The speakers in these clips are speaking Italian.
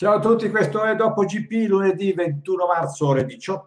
Ciao a tutti, questo è Dopo GP, lunedì 21 marzo, ore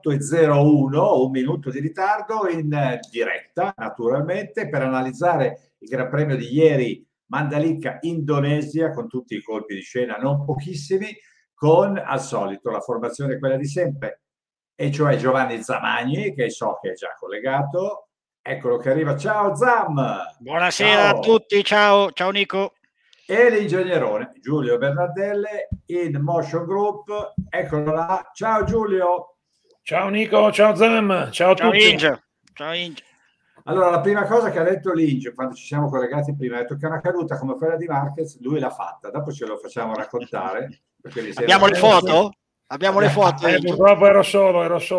18:01, un minuto di ritardo in diretta, naturalmente, per analizzare il Gran Premio di ieri, Mandalika, Indonesia, con tutti i colpi di scena, non pochissimi, con al solito la formazione quella di sempre, e cioè Giovanni Zamagni, che so che è già collegato. Eccolo che arriva. Ciao Zam! Buonasera a Ciao! tutti, ciao Nico. E l'ingegnerone Giulio Bernardelle in Motion Group, eccolo là. Ciao Giulio. Ciao Nico, ciao Zam, ciao a Ciao tutti. Inge. Ciao Inge. Allora, la prima cosa che ha detto Linge quando ci siamo collegati prima, ha detto che una caduta come quella di Marquez lui l'ha fatta, dopo ce lo facciamo raccontare. Abbiamo le foto? Abbiamo le foto, Inge. Purtroppo ero solo.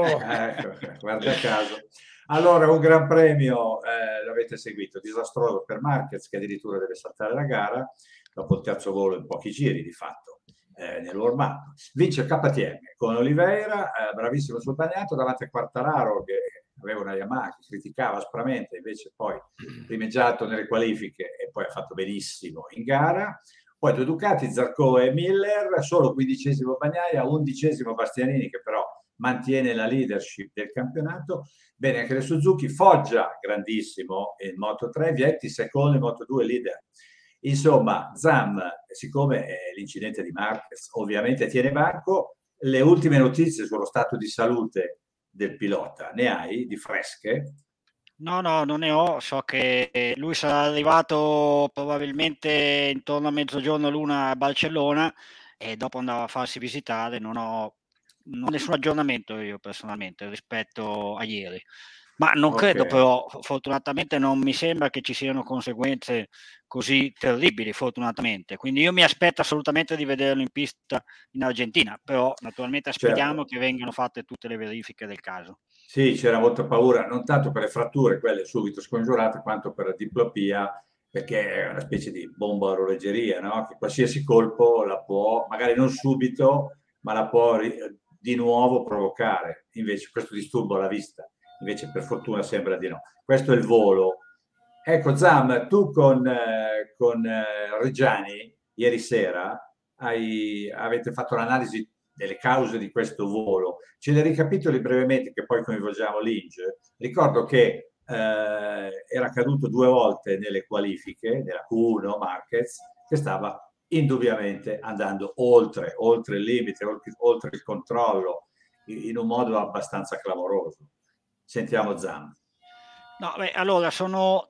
Ecco, guarda caso. Allora, un gran premio, l'avete seguito, disastroso per Marquez, che addirittura deve saltare la gara dopo il terzo volo in pochi giri di fatto nel warm-up. Vince il KTM con Oliveira, bravissimo sul bagnato, davanti a Quartararo che aveva una Yamaha che criticava aspramente, invece poi primeggiato nelle qualifiche e poi ha fatto benissimo in gara. Poi due Ducati, Zarco e Miller, solo 15° Bagnaia, 11° Bastianini che però mantiene la leadership del campionato. Bene, anche le Suzuki, Foggia grandissimo in Moto3, Vietti secondo in Moto2 leader. Insomma, Zam, siccome l'incidente di Marquez ovviamente tiene banco, le ultime notizie sullo stato di salute del pilota, ne hai di fresche? No, non ne ho, so che lui sarà arrivato probabilmente intorno a mezzogiorno l'una a Barcellona e dopo andava a farsi visitare, non ho nessun aggiornamento io personalmente rispetto a ieri. Ma non credo però, fortunatamente non mi sembra che ci siano conseguenze così terribili, fortunatamente. Quindi io mi aspetto assolutamente di vederlo in pista in Argentina, però naturalmente aspettiamo che vengano fatte tutte le verifiche del caso. Sì, c'era molta paura, non tanto per le fratture, quelle subito scongiurate, quanto per la diplopia, perché è una specie di bomba a orologeria, no? Che qualsiasi colpo la può, magari non subito, ma la può di nuovo provocare. Invece questo disturbo alla vista, invece per fortuna sembra di no. Questo è il volo. Ecco, Zam, tu con Reggiani ieri sera avete fatto l'analisi delle cause di questo volo. Ce le ricapitoli brevemente che poi coinvolgiamo Linge. Ricordo che era caduto 2 volte nelle qualifiche, nella Q1 Marquez, che stava indubbiamente andando oltre il limite, oltre il controllo, in un modo abbastanza clamoroso. Sentiamo Zam. No, allora sono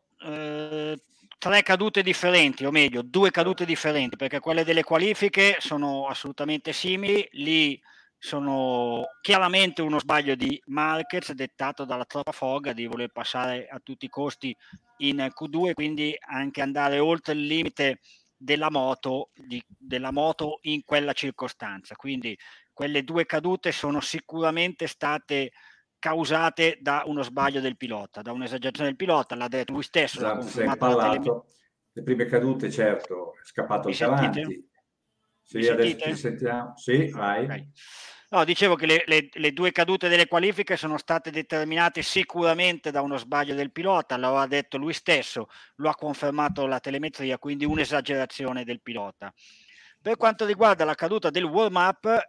3 cadute differenti, o meglio 2 cadute differenti, perché quelle delle qualifiche sono assolutamente simili. Lì sono chiaramente uno sbaglio di Marquez dettato dalla troppa foga di voler passare a tutti i costi in Q2, quindi anche andare oltre il limite della moto in quella circostanza. Quindi quelle 2 cadute sono sicuramente state causate da uno sbaglio del pilota, da un'esagerazione del pilota, l'ha detto lui stesso, l'ha Esatto, si è confermato la impallato. Le prime cadute, certo, è scappato Mi il sentite? Cavanti. Mi Sì, adesso ti sentite? sentiamo. Sì, vai. Okay. No, dicevo che le 2 cadute delle qualifiche sono state determinate sicuramente da uno sbaglio del pilota, lo ha detto lui stesso, lo ha confermato la telemetria, quindi un'esagerazione del pilota. Per quanto riguarda la caduta del warm-up,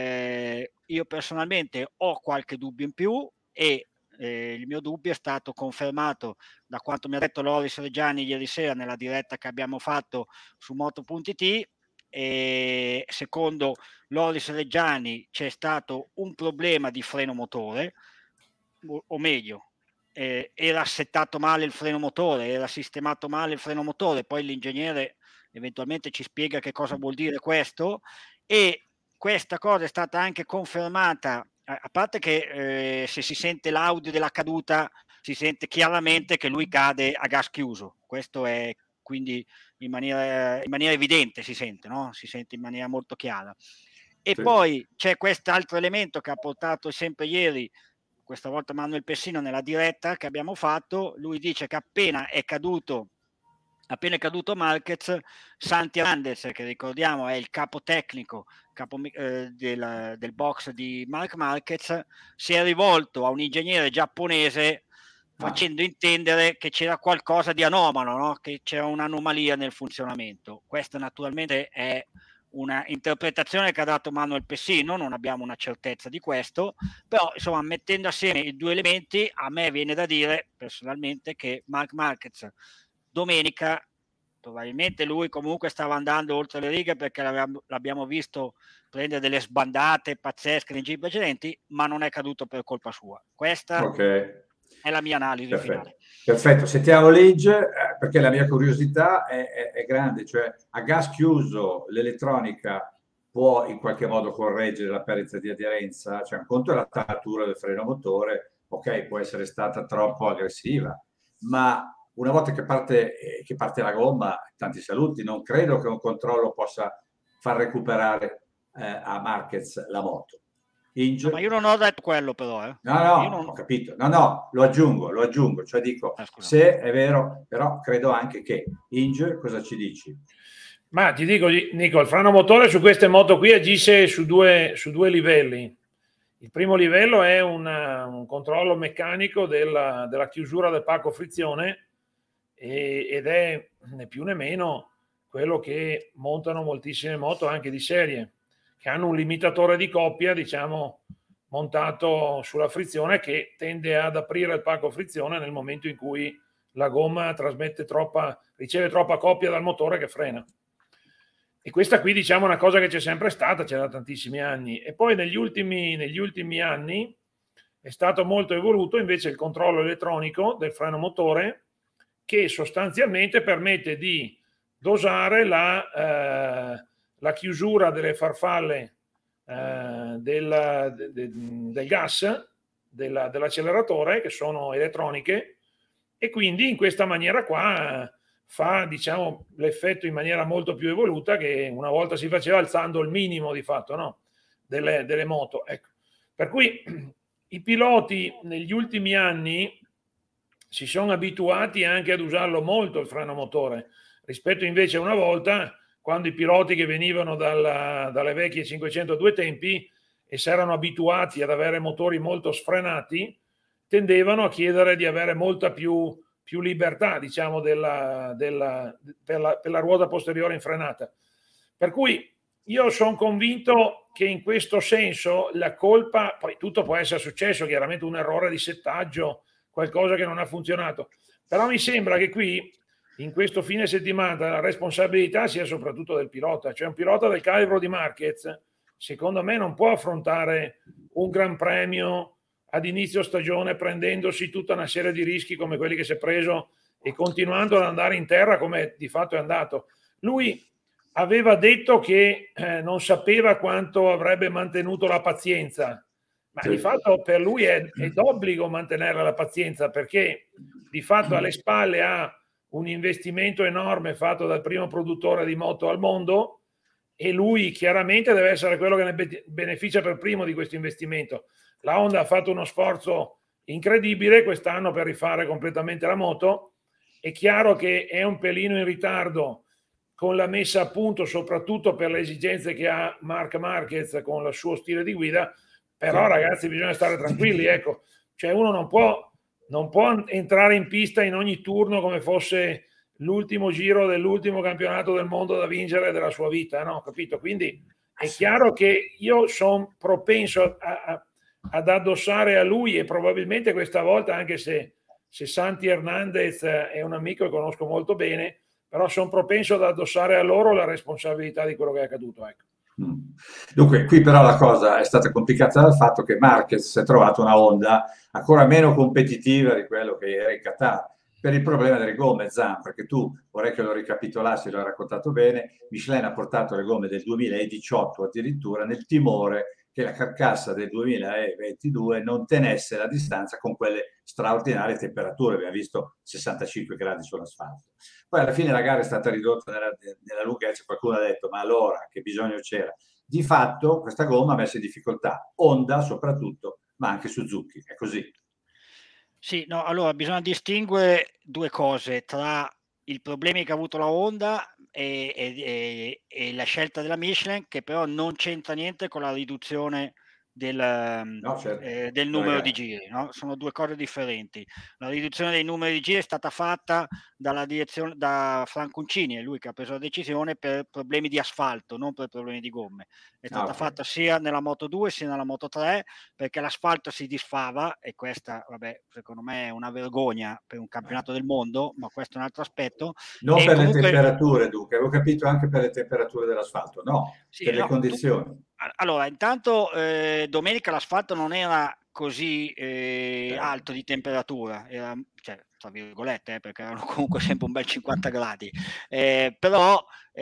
io personalmente ho qualche dubbio in più e il mio dubbio è stato confermato da quanto mi ha detto Loris Reggiani ieri sera nella diretta che abbiamo fatto su Moto.it. E secondo Loris Reggiani c'è stato un problema di freno motore, o meglio, era settato male il freno motore, era sistemato male il freno motore, poi l'ingegnere eventualmente ci spiega che cosa vuol dire questo, e questa cosa è stata anche confermata, a parte che se si sente l'audio della caduta si sente chiaramente che lui cade a gas chiuso, questo è quindi in maniera evidente si sente, no? Si sente in maniera molto chiara. E Sì. poi c'è quest'altro elemento che ha portato sempre ieri, questa volta Manuel Pessino nella diretta che abbiamo fatto, lui dice che appena è caduto Marquez, Santi Hernandez, che ricordiamo è il capo tecnico del box di Marc Marquez, si è rivolto a un ingegnere giapponese facendo intendere che c'era qualcosa di anomalo, no? Che c'era un'anomalia nel funzionamento. Questa naturalmente è una interpretazione che ha dato Manuel Pessino, non abbiamo una certezza di questo, però insomma mettendo assieme i due elementi a me viene da dire personalmente che Marc Marquez domenica probabilmente lui comunque stava andando oltre le righe, perché l'abbiamo visto prendere delle sbandate pazzesche nei giri precedenti, ma non è caduto per colpa sua. Questa è la mia analisi finale. Perfetto, sentiamo Lige, perché la mia curiosità è grande, cioè a gas chiuso l'elettronica può in qualche modo correggere la perdita di aderenza, cioè un conto è la taratura del freno motore, ok, può essere stata troppo aggressiva, ma una volta che parte la gomma, tanti saluti, non credo che un controllo possa far recuperare a Marquez la moto. No, ma io non ho detto quello però. No, ho capito. No, lo aggiungo, cioè dico, se è vero, però credo anche che Inge, cosa ci dici? Ma ti dico, Nico, il freno motore su queste moto qui agisce su due livelli. Il primo livello è un controllo meccanico della chiusura del pacco frizione, ed è né più né meno quello che montano moltissime moto anche di serie, che hanno un limitatore di coppia, diciamo, montato sulla frizione, che tende ad aprire il pacco frizione nel momento in cui la gomma riceve troppa coppia dal motore che frena. E questa qui, diciamo, è una cosa che c'è sempre stata, c'è da tantissimi anni. E poi negli ultimi anni è stato molto evoluto invece il controllo elettronico del freno motore, che sostanzialmente permette di dosare la chiusura delle farfalle del gas dell'acceleratore, che sono elettroniche, e quindi in questa maniera qua fa, diciamo, l'effetto in maniera molto più evoluta che una volta si faceva alzando il minimo di fatto, no? delle moto. Ecco. Per cui i piloti negli ultimi anni si sono abituati anche ad usarlo molto il freno motore, rispetto invece a una volta, quando i piloti che venivano dalle vecchie 502 tempi e si erano abituati ad avere motori molto sfrenati, tendevano a chiedere di avere molta più libertà, diciamo, per la ruota posteriore in frenata. Per cui io sono convinto che in questo senso la colpa, poi tutto può essere successo, chiaramente un errore di settaggio, qualcosa che non ha funzionato, però mi sembra che qui in questo fine settimana la responsabilità sia soprattutto del pilota, cioè un pilota del calibro di Marquez secondo me non può affrontare un Gran Premio ad inizio stagione prendendosi tutta una serie di rischi come quelli che si è preso e continuando ad andare in terra come di fatto è andato. Lui aveva detto che non sapeva quanto avrebbe mantenuto la pazienza, ma di fatto per lui è d'obbligo mantenere la pazienza, perché di fatto alle spalle ha un investimento enorme fatto dal primo produttore di moto al mondo, e lui chiaramente deve essere quello che ne beneficia per primo di questo investimento. La Honda ha fatto uno sforzo incredibile quest'anno per rifare completamente la moto. È chiaro che è un pelino in ritardo con la messa a punto, soprattutto per le esigenze che ha Marc Marquez con il suo stile di guida, però ragazzi bisogna stare tranquilli, ecco, cioè uno non può entrare in pista in ogni turno come fosse l'ultimo giro dell'ultimo campionato del mondo da vincere della sua vita, no? Capito? Quindi è chiaro che io sono propenso ad addossare a lui, e probabilmente questa volta, anche se Santi Hernandez è un amico che conosco molto bene, però sono propenso ad addossare a loro la responsabilità di quello che è accaduto, ecco. Dunque, qui però la cosa è stata complicata dal fatto che Marquez si è trovato una Honda ancora meno competitiva di quello che era in Qatar, per il problema delle gomme, Zan, perché tu, vorrei che lo ricapitolassi, l'ho raccontato bene, Michelin ha portato le gomme del 2018 addirittura nel timore che la carcassa del 2022 non tenesse la distanza con quelle straordinarie temperature, abbiamo visto 65 gradi sull'asfalto. Poi alla fine la gara è stata ridotta nella lunghezza, qualcuno ha detto ma allora che bisogno c'era? Di fatto questa gomma ha messo in difficoltà Honda soprattutto, ma anche Suzuki, è così. Sì, no, allora bisogna distinguere due cose tra i problemi che ha avuto la Honda e la scelta della Michelin, che però non c'entra niente con la riduzione del numero di giri, no? Sono due cose differenti. La riduzione dei numeri di giri è stata fatta da Franconcini, è lui che ha preso la decisione, per problemi di asfalto, non per problemi di gomme. È stata fatta sia nella Moto 2 sia nella Moto 3, perché l'asfalto si disfava, e questa, vabbè, secondo me è una vergogna per un campionato del mondo, ma questo è un altro aspetto. Non E per comunque, le temperature, dunque, avevo capito anche per le temperature dell'asfalto, no, sì, per le condizioni. Allora, intanto domenica l'asfalto non era così alto di temperatura, era, cioè, tra virgolette, perché erano comunque sempre un bel 50 gradi, però,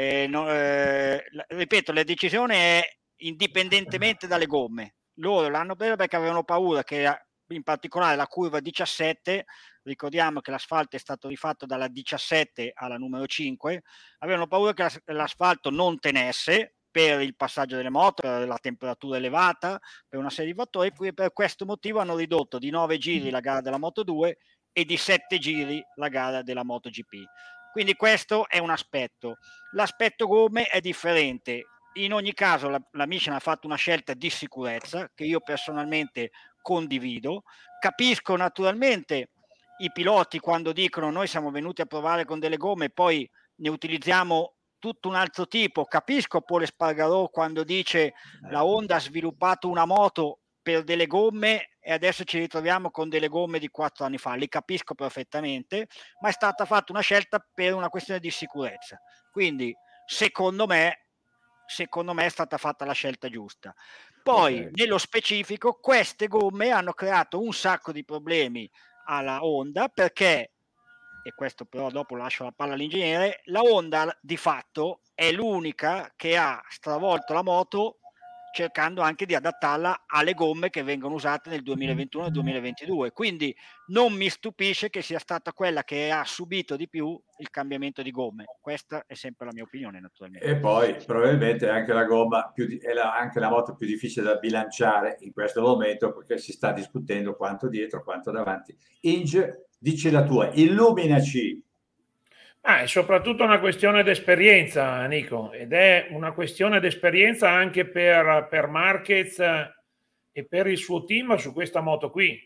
ripeto, la decisione è indipendentemente dalle gomme. Loro l'hanno preso perché avevano paura che, in particolare, la curva 17, ricordiamo che l'asfalto è stato rifatto dalla 17 alla numero 5, avevano paura che l'asfalto non tenesse per il passaggio delle moto, per la temperatura elevata, per una serie di fattori, e per questo motivo hanno ridotto di 9 giri la gara della Moto 2 e di 7 giri la gara della MotoGP. Quindi questo è un aspetto. L'aspetto gomme è differente. In ogni caso la Michelin ha fatto una scelta di sicurezza che io personalmente condivido. Capisco naturalmente i piloti quando dicono: noi siamo venuti a provare con delle gomme, poi ne utilizziamo tutto un altro tipo. Capisco Paul Espargarò quando dice: la Honda ha sviluppato una moto per delle gomme e adesso ci ritroviamo con delle gomme di 4 anni fa. Li capisco perfettamente, ma è stata fatta una scelta per una questione di sicurezza. Quindi secondo me è stata fatta la scelta giusta. Poi nello specifico queste gomme hanno creato un sacco di problemi alla Honda, perché, e questo però dopo lascio la palla all'ingegnere, la Honda di fatto è l'unica che ha stravolto la moto cercando anche di adattarla alle gomme che vengono usate nel 2021 e 2022, quindi non mi stupisce che sia stata quella che ha subito di più il cambiamento di gomme. Questa è sempre la mia opinione, naturalmente. E poi probabilmente anche la gomma anche la moto più difficile da bilanciare in questo momento, perché si sta discutendo quanto dietro, quanto davanti. Inge, dici la tua, illuminaci. È soprattutto una questione d'esperienza, Nico, ed è una questione d'esperienza anche per Marquez e per il suo team su questa moto qui.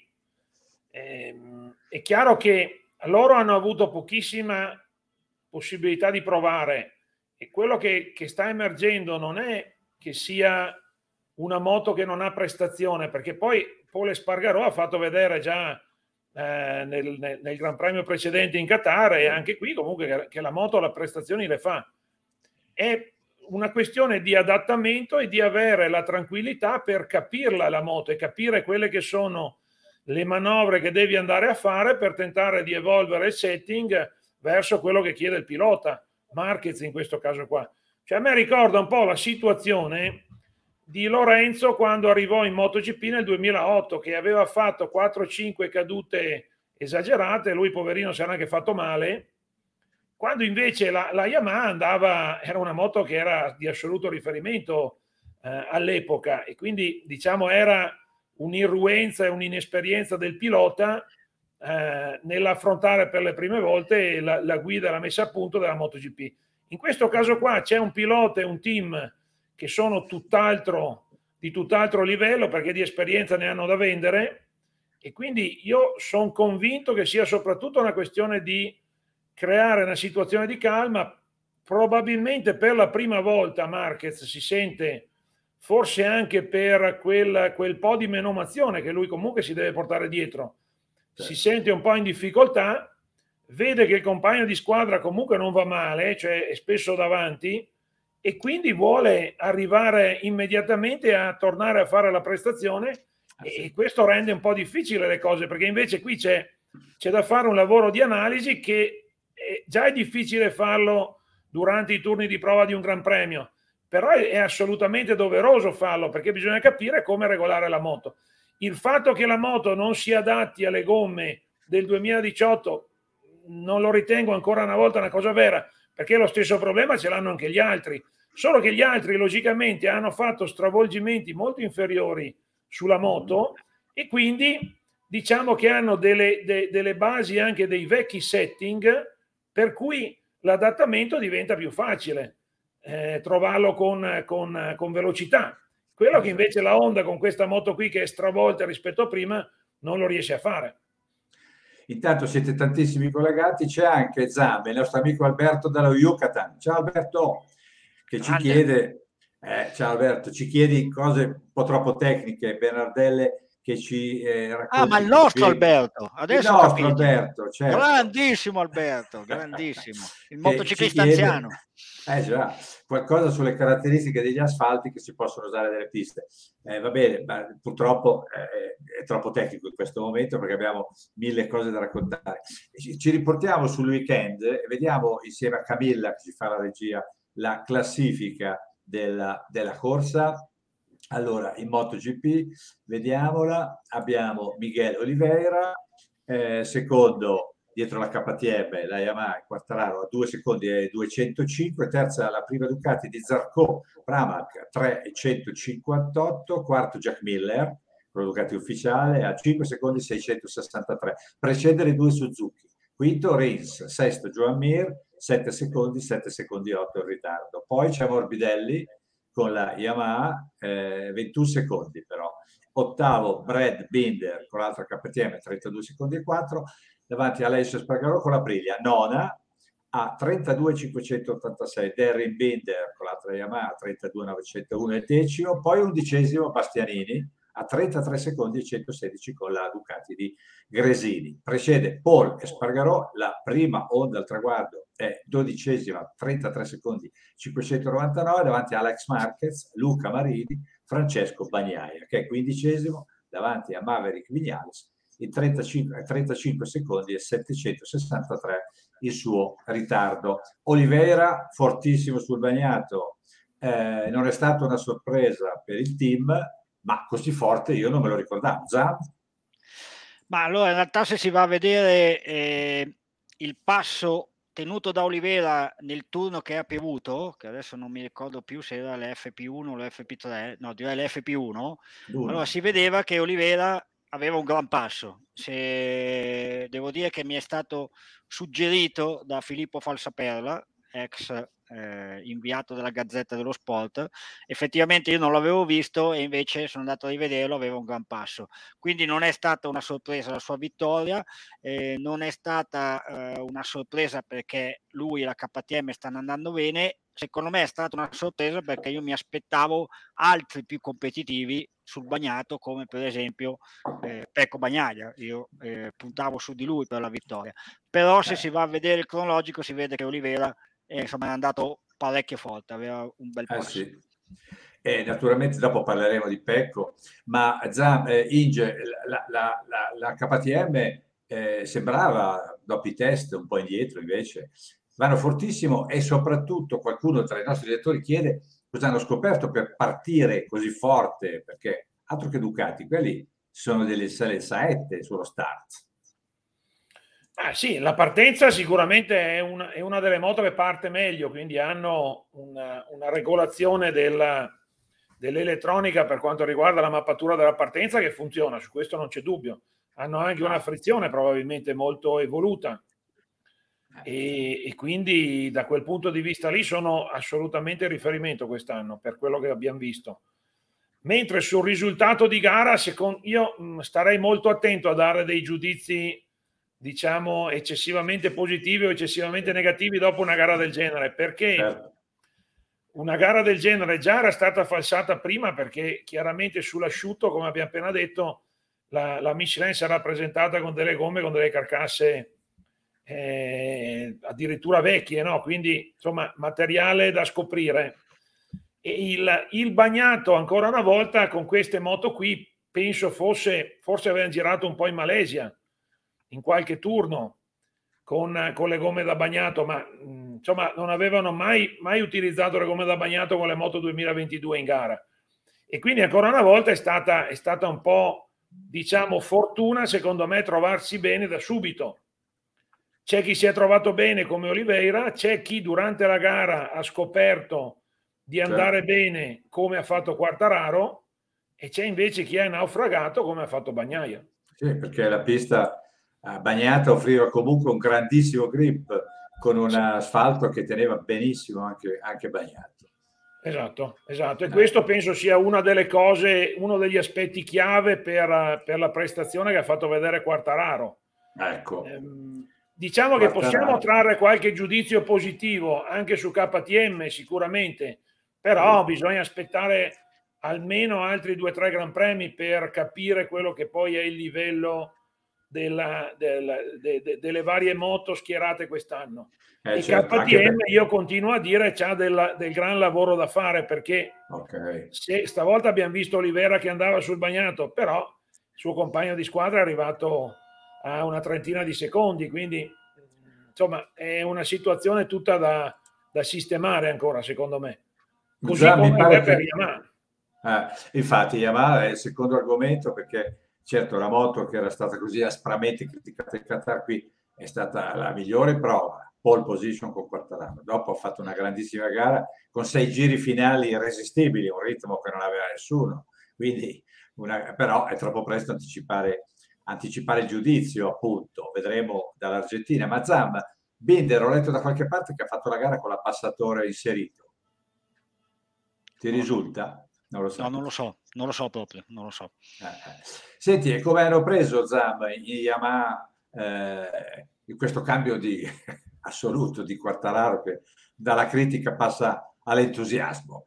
È chiaro che loro hanno avuto pochissima possibilità di provare, e quello che sta emergendo non è che sia una moto che non ha prestazione, perché poi Paul Espargarò ha fatto vedere già nel Gran Premio precedente in Qatar, e anche qui comunque che la moto le prestazioni le fa. È una questione di adattamento e di avere la tranquillità per capirla la moto e capire quelle che sono le manovre che devi andare a fare per tentare di evolvere il setting verso quello che chiede il pilota, Marquez in questo caso qua. Cioè, a me ricorda un po' la situazione di Lorenzo quando arrivò in MotoGP nel 2008, che aveva fatto 4-5 cadute esagerate, lui poverino si era anche fatto male, quando invece la Yamaha era una moto che era di assoluto riferimento all'epoca, e quindi diciamo era un'irruenza e un'inesperienza del pilota nell'affrontare per le prime volte la guida e la messa a punto della MotoGP. In questo caso qua c'è un pilota e un team che sono di tutt'altro livello, perché di esperienza ne hanno da vendere, e quindi io sono convinto che sia soprattutto una questione di creare una situazione di calma. Probabilmente per la prima volta Marquez si sente, forse anche per quel po' di menomazione che lui comunque si deve portare dietro, si sente un po' in difficoltà, vede che il compagno di squadra comunque non va male, cioè è spesso davanti, e quindi vuole arrivare immediatamente a tornare a fare la prestazione, e questo rende un po' difficile le cose, perché invece qui c'è da fare un lavoro di analisi che già è difficile farlo durante i turni di prova di un Gran Premio, però è assolutamente doveroso farlo, perché bisogna capire come regolare la moto. Il fatto che la moto non si adatti alle gomme del 2018 non lo ritengo ancora una volta una cosa vera, perché lo stesso problema ce l'hanno anche gli altri, solo che gli altri logicamente hanno fatto stravolgimenti molto inferiori sulla moto, e quindi diciamo che hanno delle basi anche dei vecchi setting, per cui l'adattamento diventa più facile, trovarlo con velocità. Quello che invece la Honda con questa moto qui, che è stravolta rispetto a prima, non lo riesce a fare. Intanto siete tantissimi collegati, c'è anche Zambe, il nostro amico Alberto dallo Yucatan. Ciao Alberto, che ci chiede, ciao Alberto, ci chiedi cose un po' troppo tecniche, Bernardelle, che ci racconti. Ma il nostro Alberto, adesso il ho nostro capito. Alberto, certo. Grandissimo Alberto, grandissimo, il motociclista anziano. Già, qualcosa sulle caratteristiche degli asfalti che si possono usare nelle piste. Va bene, ma purtroppo è troppo tecnico in questo momento perché abbiamo mille cose da raccontare. Ci riportiamo sul weekend e vediamo insieme a Camilla, che ci fa la regia, la classifica della corsa. Allora, in MotoGP, vediamola, abbiamo Miguel Oliveira, secondo dietro la KTM, la Yamaha, Quartararo a 2 secondi e 205, terza la prima Ducati di Zarco, Pramac 3,158, quarto Jack Miller, con la Ducati ufficiale, a 5 secondi 663, precede le due Suzuki, quinto Rins, sesto Joan Mir, 7 secondi 8 in ritardo, poi c'è Morbidelli con la Yamaha, 21 secondi però, ottavo Brad Binder con l'altra KTM, 32 secondi e 4, davanti a Alessio Spargarò con la Aprilia, nona a 32.586, Darren Binder con l'altra Yamaha 32.901 e decimo, poi undicesimo Bastianini a 33 secondi e 116 con la Ducati di Gresini. Precede Paul Espargarò, la prima Honda al traguardo è dodicesima, 33 secondi 599, davanti a Alex Marquez, Luca Marini, Francesco Bagnaia, che è quindicesimo, davanti a Maverick Viñales, in 35 secondi e 763 il suo ritardo. Oliveira fortissimo sul bagnato, non è stata una sorpresa per il team, ma così forte io non me lo ricordavo. Zam? Ma allora in realtà se si va a vedere il passo tenuto da Oliveira nel turno che ha piovuto, che adesso non mi ricordo più se era l'FP1 o l'FP3, no direi l'FP1, allora si vedeva che Oliveira aveva un gran passo. Devo dire che mi è stato suggerito da Filippo Falsaperla, ex inviato della Gazzetta dello Sport. Effettivamente io non l'avevo visto e invece sono andato a rivederlo, aveva un gran passo, quindi non è stata una sorpresa la sua vittoria, non è stata una sorpresa perché lui e la KTM stanno andando bene. Secondo me è stata una sorpresa perché io mi aspettavo altri più competitivi sul bagnato, come per esempio Pecco Bagnaia. Io puntavo su di lui per la vittoria, però se si va a vedere il cronologico si vede che Oliveira insomma è andato parecchio forte, aveva un bel passo. Sì. Naturalmente dopo parleremo di Pecco, ma Inge, la KTM sembrava dopo i test un po' indietro, invece vanno fortissimo, e soprattutto qualcuno tra i nostri lettori chiede cosa hanno scoperto per partire così forte, perché altro che Ducati, quelli sono delle saette sullo start. Sì, la partenza sicuramente è una delle moto che parte meglio, quindi hanno una regolazione dell'elettronica per quanto riguarda la mappatura della partenza che funziona, su questo non c'è dubbio. Hanno anche una frizione probabilmente molto evoluta e quindi da quel punto di vista lì sono assolutamente il riferimento quest'anno per quello che abbiamo visto. Mentre sul risultato di gara io starei molto attento a dare dei giudizi diciamo eccessivamente positivi o eccessivamente negativi dopo una gara del genere, perché una gara del genere già era stata falsata prima, perché chiaramente sull'asciutto, come abbiamo appena detto, la Michelin si era presentata con delle gomme, con delle carcasse addirittura vecchie, no? Quindi insomma materiale da scoprire. E il bagnato ancora una volta con queste moto qui penso forse avevano girato un po' in Malesia in qualche turno con le gomme da bagnato, ma insomma non avevano mai utilizzato le gomme da bagnato con le moto 2022 in gara, e quindi ancora una volta è stata un po' diciamo fortuna secondo me trovarsi bene da subito. C'è chi si è trovato bene come Oliveira, c'è chi durante la gara ha scoperto di andare bene come ha fatto Quartararo, e c'è invece chi è naufragato come ha fatto Bagnaia. Sì, perché la pista bagnata offriva comunque un grandissimo grip con un asfalto che teneva benissimo anche bagnato. Esatto. E questo penso sia una delle cose, uno degli aspetti chiave per la prestazione che ha fatto vedere Quartararo. Ecco. Diciamo che possiamo trarre qualche giudizio positivo anche su KTM sicuramente, però bisogna aspettare almeno altri 2-3 Gran Premi per capire quello che poi è il livello delle varie moto schierate quest'anno. E certo, KTM io continuo a dire c'ha del gran lavoro da fare, perché se stavolta abbiamo visto Oliveira che andava sul bagnato, però il suo compagno di squadra è arrivato a una trentina di secondi, quindi insomma è una situazione tutta da sistemare ancora, secondo me, così come è per Yamaha. Infatti Yamaha è il secondo argomento, perché certo la moto che era stata così aspramente criticata in Qatar qui è stata la migliore prova, pole position con Quartararo, dopo ha fatto una grandissima gara con 6 giri finali irresistibili, un ritmo che non aveva nessuno, quindi però è troppo presto anticipare il giudizio, appunto, vedremo dall'Argentina. Ma Zam, Binder, ho letto da qualche parte che ha fatto la gara con l'abbassatore inserito, ti risulta? Non lo so. No, non lo so proprio, non lo so. Senti, e come hanno preso Zam in Yamaha in questo cambio di assoluto di Quartararo, che dalla critica passa all'entusiasmo?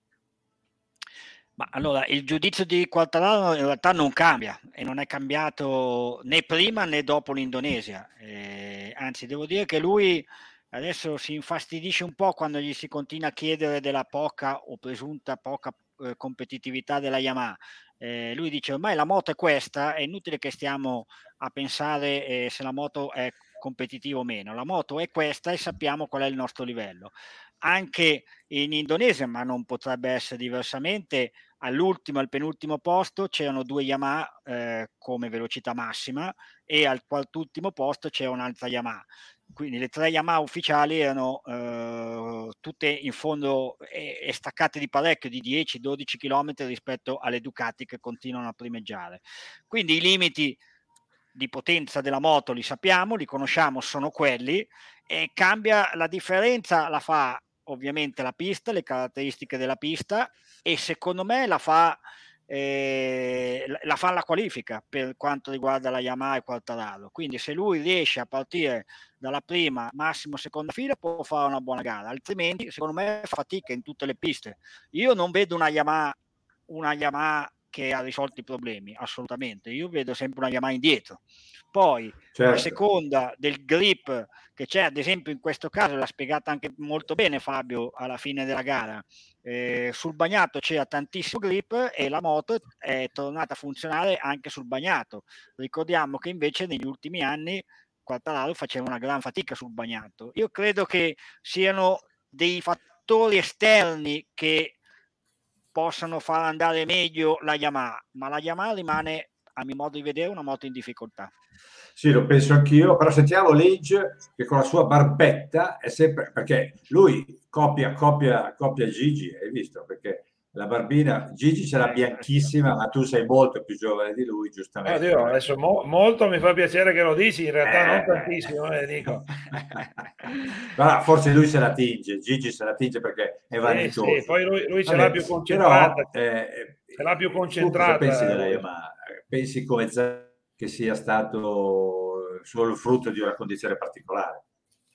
Ma allora, il giudizio di Quartararo in realtà non cambia, e non è cambiato né prima né dopo l'Indonesia. Anzi, devo dire che lui adesso si infastidisce un po' quando gli si continua a chiedere della poca o presunta poca competitività della Yamaha. Lui dice: ormai la moto è questa, è inutile che stiamo a pensare se la moto è competitiva o meno. La moto è questa e sappiamo qual è il nostro livello. Anche in Indonesia, ma non potrebbe essere diversamente, all'ultimo e al penultimo posto c'erano 2 Yamaha come velocità massima, e al quartultimo posto c'era un'altra Yamaha. Quindi le 3 Yamaha ufficiali erano tutte in fondo e staccate di parecchio, di 10-12 km rispetto alle Ducati che continuano a primeggiare. Quindi i limiti di potenza della moto li sappiamo, li conosciamo, sono quelli, e cambia la differenza, la fa ovviamente la pista, le caratteristiche della pista, e secondo me la fa la qualifica per quanto riguarda la Yamaha e Quartararo. Quindi se lui riesce a partire dalla prima, massimo seconda fila, può fare una buona gara, altrimenti secondo me fa fatica in tutte le piste. Io non vedo una Yamaha che ha risolto i problemi, assolutamente. Io vedo sempre una Yamaha indietro. Poi a seconda del grip che c'è, ad esempio in questo caso l'ha spiegata anche molto bene Fabio alla fine della gara, sul bagnato c'era tantissimo grip e la moto è tornata a funzionare anche sul bagnato. Ricordiamo che invece negli ultimi anni Quartararo faceva una gran fatica sul bagnato. Io credo che siano dei fattori esterni che possano far andare meglio la Yamaha, ma la Yamaha rimane, a mio modo di vedere, una moto in difficoltà. Sì, lo penso anch'io, però sentiamo Lynch che con la sua barbetta è sempre, perché lui copia Gigi, hai visto? Perché la barbina, Gigi ce l'ha bianchissima, ma tu sei molto più giovane di lui, giustamente. Oddio, adesso molto mi fa piacere che lo dici, in realtà non tantissimo, dico. Però forse lui se la tinge, Gigi se la tinge perché è vanitoso. Sì, poi lui ce l'ha più concentrata. Ce l'ha più concentrata. Tu cosa pensi della Yamaha? Pensi come che sia stato solo il frutto di una condizione particolare?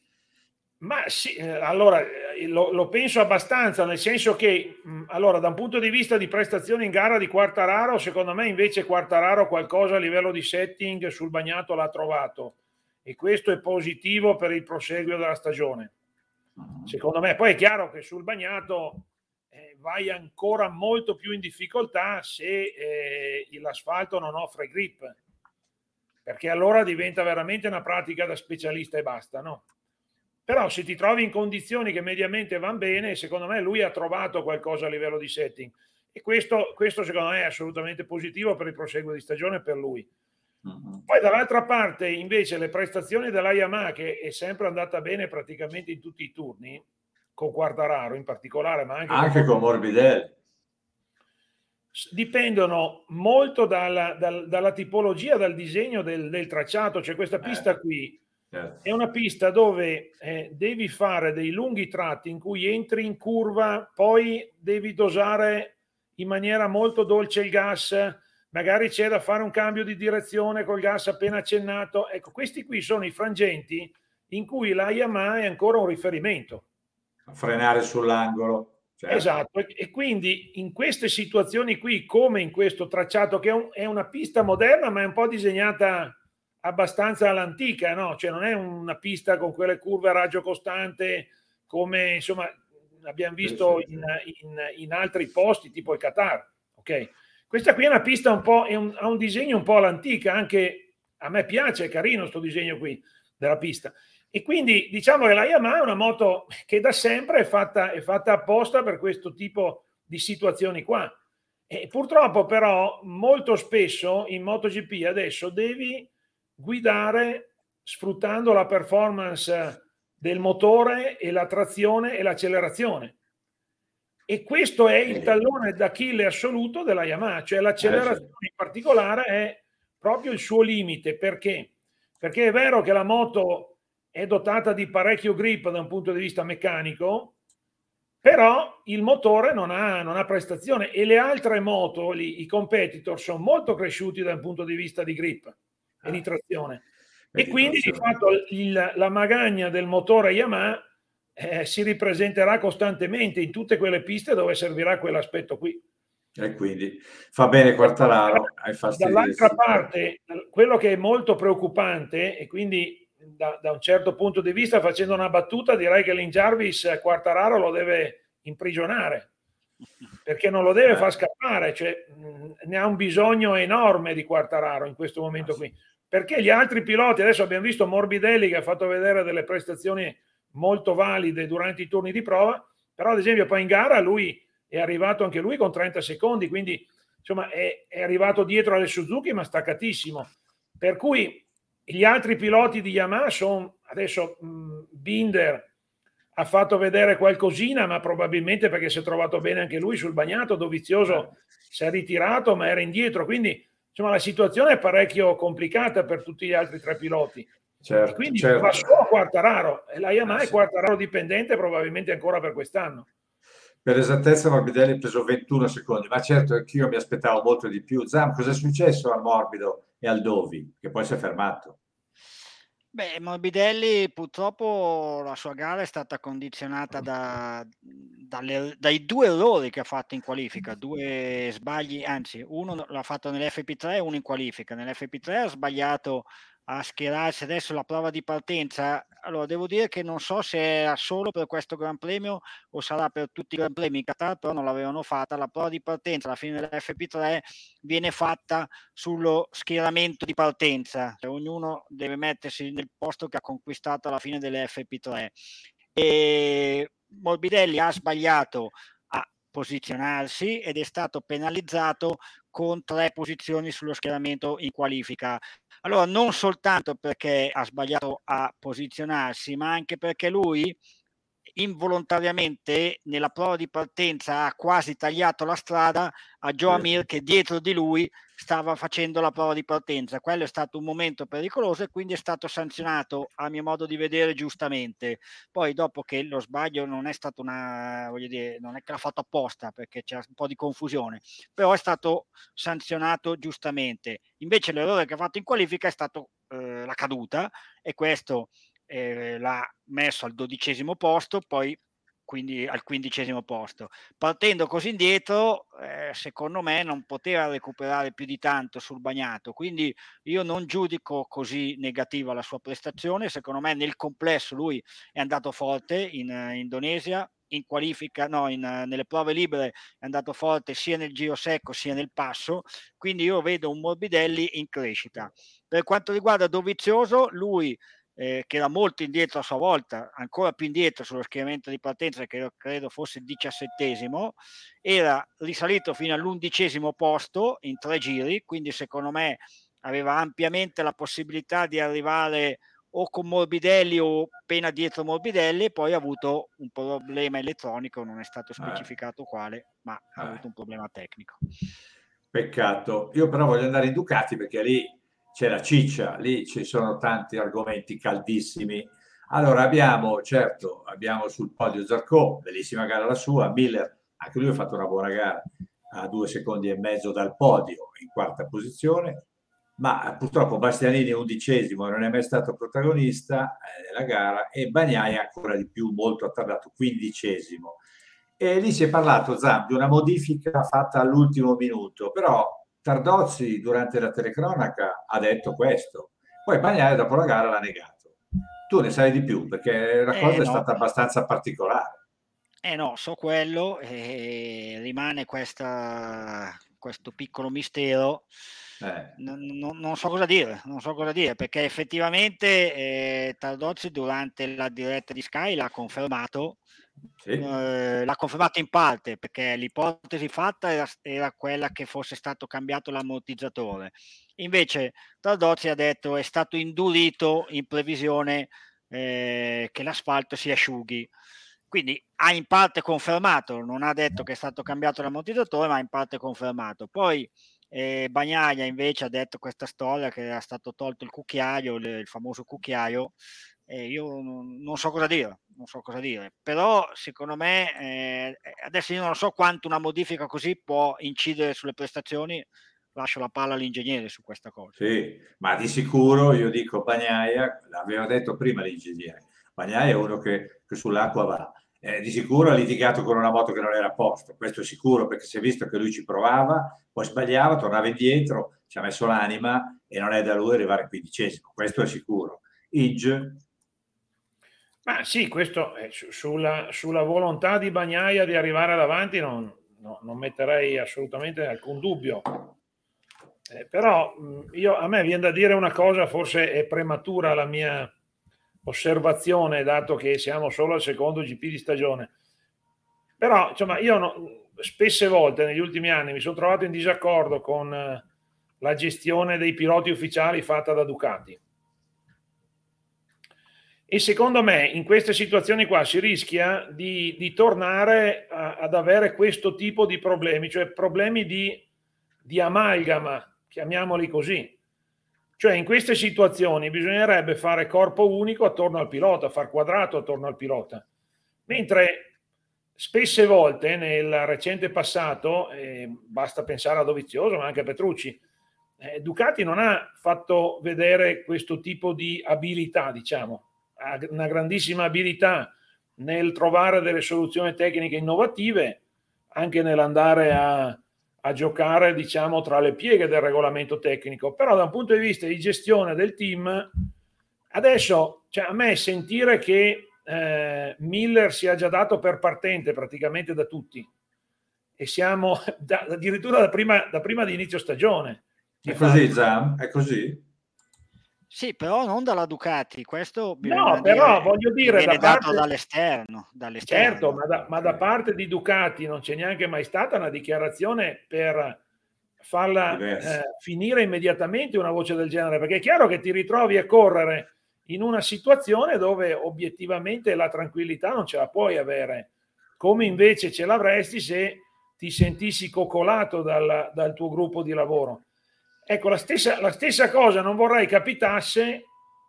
Ma sì, allora lo penso abbastanza, nel senso che allora da un punto di vista di prestazione in gara di Quartararo, secondo me invece Quartararo qualcosa a livello di setting sul bagnato l'ha trovato, e questo è positivo per il proseguio della stagione, secondo me. Poi è chiaro che sul bagnato vai ancora molto più in difficoltà se l'asfalto non offre grip, perché allora diventa veramente una pratica da specialista e basta, no? Però se ti trovi in condizioni che mediamente vanno bene, secondo me lui ha trovato qualcosa a livello di setting, e questo secondo me è assolutamente positivo per il proseguo di stagione per lui. Poi dall'altra parte invece le prestazioni della Yamaha, che è sempre andata bene praticamente in tutti i turni, con Quartararo in particolare, ma anche con Morbidelli, dipendono molto dalla tipologia, dal disegno del tracciato. C'è questa pista qui certo. È una pista dove devi fare dei lunghi tratti in cui entri in curva, poi devi dosare in maniera molto dolce il gas, magari c'è da fare un cambio di direzione col gas appena accennato. Ecco, questi qui sono i frangenti in cui la Yamaha è ancora un riferimento. Frenare sull'angolo. Certo. Esatto, e quindi in queste situazioni qui, come in questo tracciato, che è una pista moderna, ma è un po' disegnata abbastanza all'antica, no? Cioè non è una pista con quelle curve a raggio costante come insomma abbiamo visto in altri posti, tipo il Qatar. Ok, questa qui è una pista un po', ha un disegno un po' all'antica, anche a me piace, è carino sto disegno qui della pista. E quindi diciamo che la Yamaha è una moto che da sempre è fatta apposta per questo tipo di situazioni qua. E purtroppo però molto spesso in MotoGP adesso devi guidare sfruttando la performance del motore e la trazione e l'accelerazione. E questo è il tallone d'Achille assoluto della Yamaha, cioè l'accelerazione in particolare è proprio il suo limite. Perché? Perché è vero che la moto è dotata di parecchio grip da un punto di vista meccanico, però il motore non ha prestazione, e le altre moto, i competitor, sono molto cresciuti da un punto di vista di grip e di trazione. E quindi di fatto la magagna del motore Yamaha si ripresenterà costantemente in tutte quelle piste dove servirà quell'aspetto qui. E quindi fa bene Quartararo ai Dall'altra parte, quello che è molto preoccupante, e quindi da un certo punto di vista, facendo una battuta, direi che Lin Jarvis Quartararo lo deve imprigionare, perché non lo deve far scappare, cioè, ne ha un bisogno enorme di Quartararo in questo momento qui, perché gli altri piloti, adesso abbiamo visto Morbidelli che ha fatto vedere delle prestazioni molto valide durante i turni di prova, però ad esempio poi in gara lui è arrivato anche lui con 30 secondi, quindi insomma è arrivato dietro alle Suzuki ma staccatissimo, per cui gli altri piloti di Yamaha sono adesso Binder ha fatto vedere qualcosina, ma probabilmente perché si è trovato bene anche lui sul bagnato. Dovizioso si è ritirato ma era indietro, quindi insomma la situazione è parecchio complicata per tutti gli altri tre piloti. Certo, quindi va solo Quartararo, e la Yamaha è Quartararo dipendente probabilmente ancora per quest'anno. Per esattezza Morbidelli ha preso 21 secondi, ma certo anch'io mi aspettavo molto di più. Zam, cosa è successo a Morbido e al Dovi, che poi si è fermato? Beh, Morbidelli purtroppo la sua gara è stata condizionata dai due errori che ha fatto in qualifica, due sbagli, anzi uno l'ha fatto nell'FP3 e uno in qualifica. Nell'FP3 ha sbagliato a schierarsi adesso la prova di partenza. Allora devo dire che non so se era solo per questo Gran Premio o sarà per tutti i Gran Premi. In Qatar però non l'avevano fatta. La prova di partenza alla fine dell'FP3 viene fatta sullo schieramento di partenza, cioè ognuno deve mettersi nel posto che ha conquistato alla fine delle FP3, e Morbidelli ha sbagliato a posizionarsi ed è stato penalizzato con 3 posizioni sullo schieramento in qualifica. Allora non soltanto perché ha sbagliato a posizionarsi, ma anche perché lui involontariamente nella prova di partenza ha quasi tagliato la strada a Joan Mir che dietro di lui stava facendo la prova di partenza. Quello è stato un momento pericoloso e quindi è stato sanzionato, a mio modo di vedere, giustamente. Poi dopo che lo sbaglio non è stato voglio dire, non è che l'ha fatto apposta perché c'era un po' di confusione, però è stato sanzionato giustamente. Invece l'errore che ha fatto in qualifica è stato la caduta, e questo l'ha messo al 12° posto, poi quindi al 15° posto. Partendo così indietro, secondo me non poteva recuperare più di tanto sul bagnato, quindi io non giudico così negativa la sua prestazione. Secondo me nel complesso lui è andato forte in Indonesia, in qualifica, nelle prove libere è andato forte sia nel giro secco sia nel passo, quindi io vedo un Morbidelli in crescita. Per quanto riguarda Dovizioso, lui che era molto indietro a sua volta, ancora più indietro sullo schieramento di partenza, che credo fosse il 17°, era risalito fino all'11° posto in 3 giri, quindi secondo me aveva ampiamente la possibilità di arrivare o con Morbidelli o appena dietro Morbidelli, e poi ha avuto un problema elettronico, non è stato specificato quale, ma ha avuto un problema tecnico. Peccato. Io però voglio andare in Ducati perché lì c'è la ciccia, lì ci sono tanti argomenti caldissimi. Allora abbiamo sul podio Zarco, bellissima gara la sua, Miller, anche lui ha fatto una buona gara, a 2 secondi e mezzo dal podio, in quarta posizione, ma purtroppo Bastianini 11° non è mai stato protagonista della gara, e Bagnaia ancora di più, molto attardato, 15°. E lì si è parlato, Zam, di una modifica fatta all'ultimo minuto, però Tardozzi durante la telecronaca ha detto questo, poi Bagnaia dopo la gara l'ha negato. Tu ne sai di più, perché la cosa è No. stata abbastanza particolare. No, so quello, rimane questo piccolo mistero. Non so cosa dire, perché effettivamente Tardozzi durante la diretta di Sky l'ha confermato. Sì. L'ha confermato in parte, perché l'ipotesi fatta era quella che fosse stato cambiato l'ammortizzatore. Invece Tardozzi ha detto è stato indurito in previsione che l'asfalto si asciughi. Quindi ha in parte confermato, non ha detto che è stato cambiato l'ammortizzatore, ma ha in parte confermato. Poi Bagnaia invece ha detto questa storia che era stato tolto il cucchiaio, il famoso cucchiaio. Io non so cosa dire, però secondo me adesso io non so quanto una modifica così può incidere sulle prestazioni, lascio la palla all'ingegnere su questa cosa. Sì, ma di sicuro io dico Bagnaia, l'aveva detto prima l'ingegnere, Bagnaia è uno che sull'acqua va. Di sicuro ha litigato con una moto che non era a posto, questo è sicuro, perché si è visto che lui ci provava, poi sbagliava, tornava indietro, ci ha messo l'anima e non è da lui arrivare 15°, questo è sicuro. Ige? Ma sì, questo sulla volontà di Bagnaia di arrivare davanti non metterei assolutamente alcun dubbio. Però a me viene da dire una cosa, forse è prematura la mia osservazione, dato che siamo solo al secondo GP di stagione. Però insomma spesse volte negli ultimi anni mi sono trovato in disaccordo con la gestione dei piloti ufficiali fatta da Ducati. E secondo me in queste situazioni qua si rischia di tornare ad avere questo tipo di problemi, cioè problemi di amalgama, chiamiamoli così. Cioè in queste situazioni bisognerebbe fare corpo unico attorno al pilota, far quadrato attorno al pilota. Mentre spesse volte nel recente passato, basta pensare a Dovizioso ma anche a Petrucci, Ducati non ha fatto vedere questo tipo di abilità, diciamo, ha una grandissima abilità nel trovare delle soluzioni tecniche innovative, anche nell'andare a giocare, diciamo, tra le pieghe del regolamento tecnico, però da un punto di vista di gestione del team adesso, cioè, a me sentire che Miller sia già dato per partente praticamente da tutti e siamo addirittura da prima di inizio stagione. È così, Zam? È così? Sì, però non dalla Ducati, questo No, però voglio dire, viene da parte... dato dall'esterno. Certo, ma da parte di Ducati non c'è neanche mai stata una dichiarazione per farla finire immediatamente una voce del genere, perché è chiaro che ti ritrovi a correre in una situazione dove obiettivamente la tranquillità non ce la puoi avere, come invece ce l'avresti se ti sentissi coccolato dal tuo gruppo di lavoro. Ecco, la stessa cosa non vorrei capitasse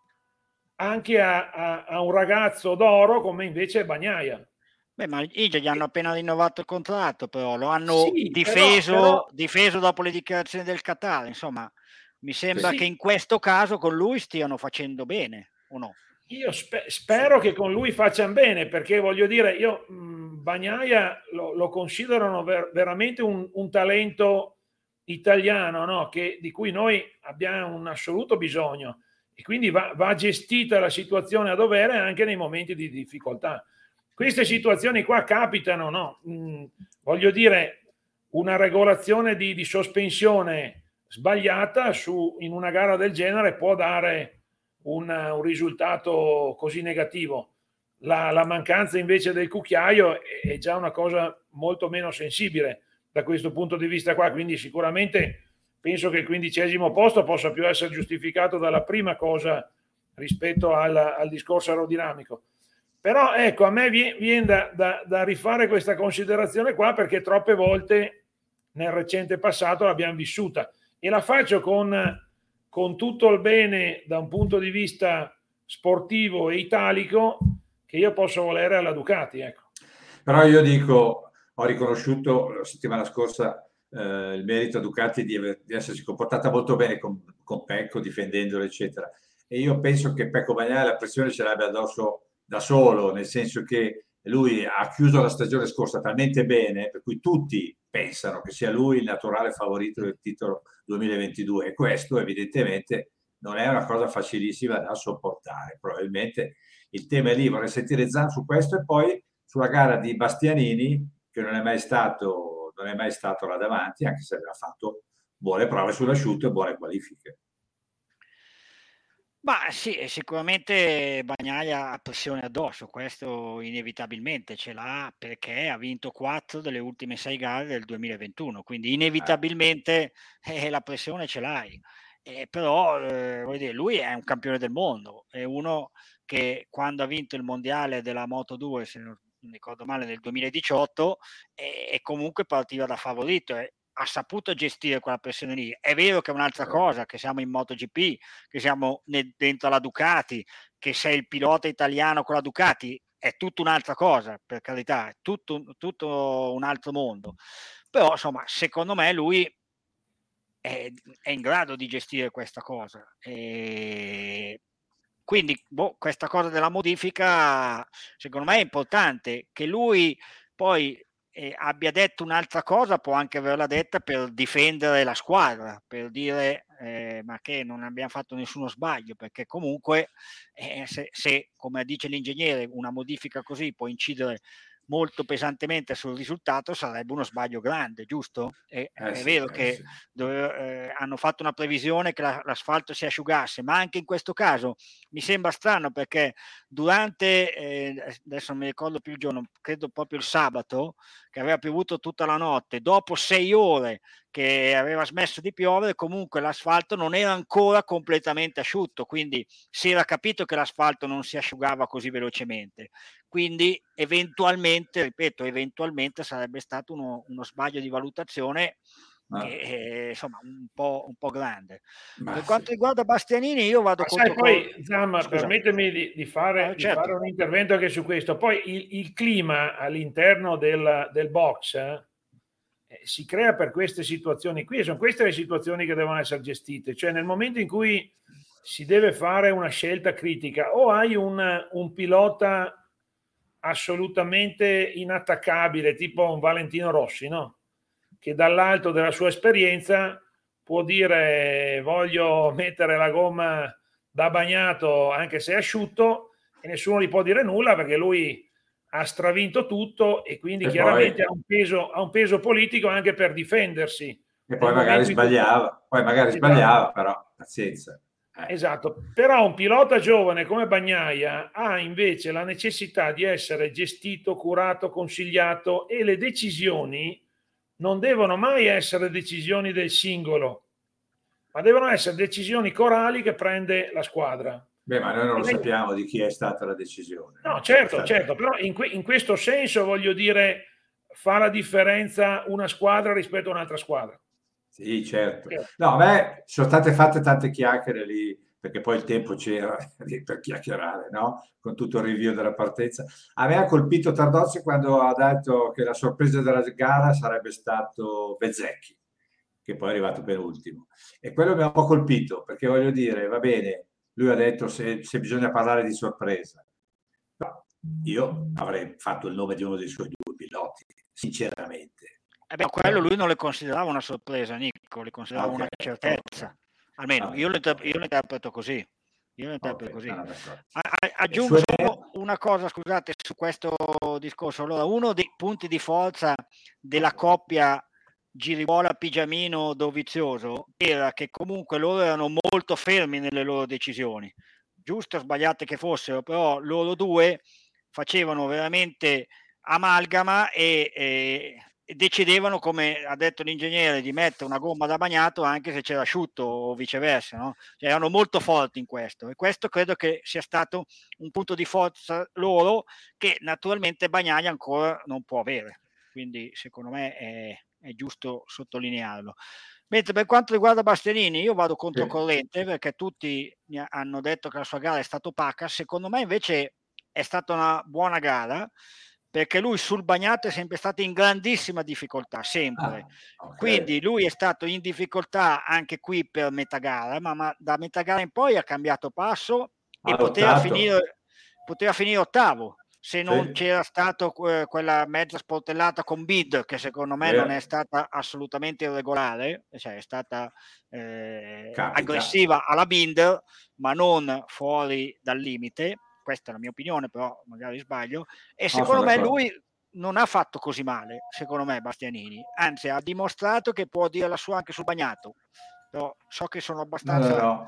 anche a un ragazzo d'oro come invece Bagnaia. Beh, ma gli hanno appena rinnovato il contratto, però lo hanno difeso dopo le dichiarazioni del Qatar. Insomma, mi sembra che in questo caso con lui stiano facendo bene, o no? Io spero che con lui facciano bene, perché voglio dire, io Bagnaia lo considero veramente un talento italiano, no? Di cui noi abbiamo un assoluto bisogno, e quindi va gestita la situazione a dovere anche nei momenti di difficoltà. Queste situazioni qua capitano, no? Voglio dire, una regolazione di sospensione sbagliata in una gara del genere può dare un risultato così negativo. La mancanza invece del cucchiaio è già una cosa molto meno sensibile da questo punto di vista qua, quindi sicuramente penso che il 15° posto possa più essere giustificato dalla prima cosa rispetto al discorso aerodinamico. Però ecco, a me viene da rifare questa considerazione qua, perché troppe volte nel recente passato l'abbiamo vissuta, e la faccio con con tutto il bene da un punto di vista sportivo e italico che io posso volere alla Ducati, ecco. Però io dico, ho riconosciuto la settimana scorsa il merito a Ducati di essersi comportata molto bene con Pecco, difendendolo, eccetera. E io penso che Pecco Bagnaia la pressione ce l'abbia addosso da solo, nel senso che lui ha chiuso la stagione scorsa talmente bene, per cui tutti pensano che sia lui il naturale favorito del titolo 2022, e questo evidentemente non è una cosa facilissima da sopportare. Probabilmente il tema è lì, vorrei sentire Zan su questo, e poi sulla gara di Bastianini, che non è mai stato là davanti, anche se aveva fatto buone prove sull'asciutto e buone qualifiche. Ma sì, sicuramente Bagnaia ha pressione addosso, questo inevitabilmente ce l'ha, perché ha vinto 4 delle ultime 6 gare del 2021, quindi inevitabilmente la pressione ce l'hai. Però voglio dire, lui è un campione del mondo, è uno che quando ha vinto il mondiale della Moto2, se non ricordo male, nel 2018, e comunque partiva da favorito, ha saputo gestire quella pressione lì. È vero che è un'altra cosa, che siamo in MotoGP, che siamo dentro la Ducati, che sei il pilota italiano con la Ducati, è tutta un'altra cosa, per carità, è tutto un altro mondo. Però insomma, secondo me lui è in grado di gestire questa cosa. E quindi questa cosa della modifica secondo me è importante. Che lui poi abbia detto un'altra cosa, può anche averla detta per difendere la squadra, per dire ma che non abbiamo fatto nessuno sbaglio, perché comunque se come dice l'ingegnere una modifica così può incidere molto pesantemente sul risultato, sarebbe uno sbaglio grande, giusto? È vero che hanno fatto una previsione che l'asfalto si asciugasse, ma anche in questo caso mi sembra strano, perché durante, adesso non mi ricordo più il giorno, credo proprio il sabato, che aveva piovuto tutta la notte, dopo 6 ore che aveva smesso di piovere, comunque l'asfalto non era ancora completamente asciutto, quindi si era capito che l'asfalto non si asciugava così velocemente. Quindi eventualmente, ripeto, eventualmente sarebbe stato uno sbaglio di valutazione che insomma un po' grande. Per quanto riguarda Bastianini, io vado sai, poi Zam, Scusa. permettimi di fare un intervento anche su questo. Poi il clima all'interno del box si crea per queste situazioni qui, e sono queste le situazioni che devono essere gestite. Cioè, nel momento in cui si deve fare una scelta critica, o hai un pilota assolutamente inattaccabile, tipo un Valentino Rossi, no? Che dall'alto della sua esperienza può dire voglio mettere la gomma da bagnato anche se è asciutto, e nessuno gli può dire nulla perché lui ha stravinto tutto, e quindi chiaramente ha un peso politico anche per difendersi. E poi magari sbagliava, però pazienza. Esatto, però un pilota giovane come Bagnaia ha invece la necessità di essere gestito, curato, consigliato, e le decisioni non devono mai essere decisioni del singolo, ma devono essere decisioni corali che prende la squadra. Beh, ma noi non lo sappiamo di chi è stata la decisione. No, certo, però in questo senso voglio dire, fa la differenza una squadra rispetto a un'altra squadra. Sì, certo. No, a me sono state fatte tante chiacchiere lì, perché poi il tempo c'era per chiacchierare, no? Con tutto il review della partenza. A me ha colpito Tardozzi quando ha detto che la sorpresa della gara sarebbe stato Bezzecchi, che poi è arrivato penultimo. E quello mi ha un po' colpito, perché voglio dire, va bene, lui ha detto se bisogna parlare di sorpresa. No, io avrei fatto il nome di uno dei suoi 2 piloti, sinceramente. Quello lui non le considerava una sorpresa, Nico, le considerava una certezza. Almeno io lo interpreto così. Aggiungo solo una cosa, scusate, su questo discorso. Allora, uno dei punti di forza della coppia Giribola-Pigiamino-Dovizioso era che comunque loro erano molto fermi nelle loro decisioni, giusto o sbagliate che fossero, però loro due facevano veramente amalgama e decidevano, come ha detto l'ingegnere, di mettere una gomma da bagnato anche se c'era asciutto o viceversa, no? Cioè, erano molto forti in questo, e questo credo che sia stato un punto di forza loro che naturalmente Bagnaia ancora non può avere, quindi secondo me è giusto sottolinearlo. Mentre per quanto riguarda Bastianini, io vado controcorrente perché tutti mi hanno detto che la sua gara è stata opaca. Secondo me invece è stata una buona gara, perché lui sul bagnato è sempre stato in grandissima difficoltà, sempre. Okay. Quindi lui è stato in difficoltà anche qui per metà gara, ma da metà gara in poi ha cambiato passo e poteva finire ottavo, se non c'era stato quella mezza sportellata con Bid, che secondo me non è stata assolutamente irregolare, cioè è stata aggressiva alla Binder, ma non fuori dal limite. Questa è la mia opinione, però magari sbaglio. E secondo me lui non ha fatto così male, secondo me, Bastianini. Anzi, ha dimostrato che può dire la sua anche sul bagnato. Però so che sono abbastanza...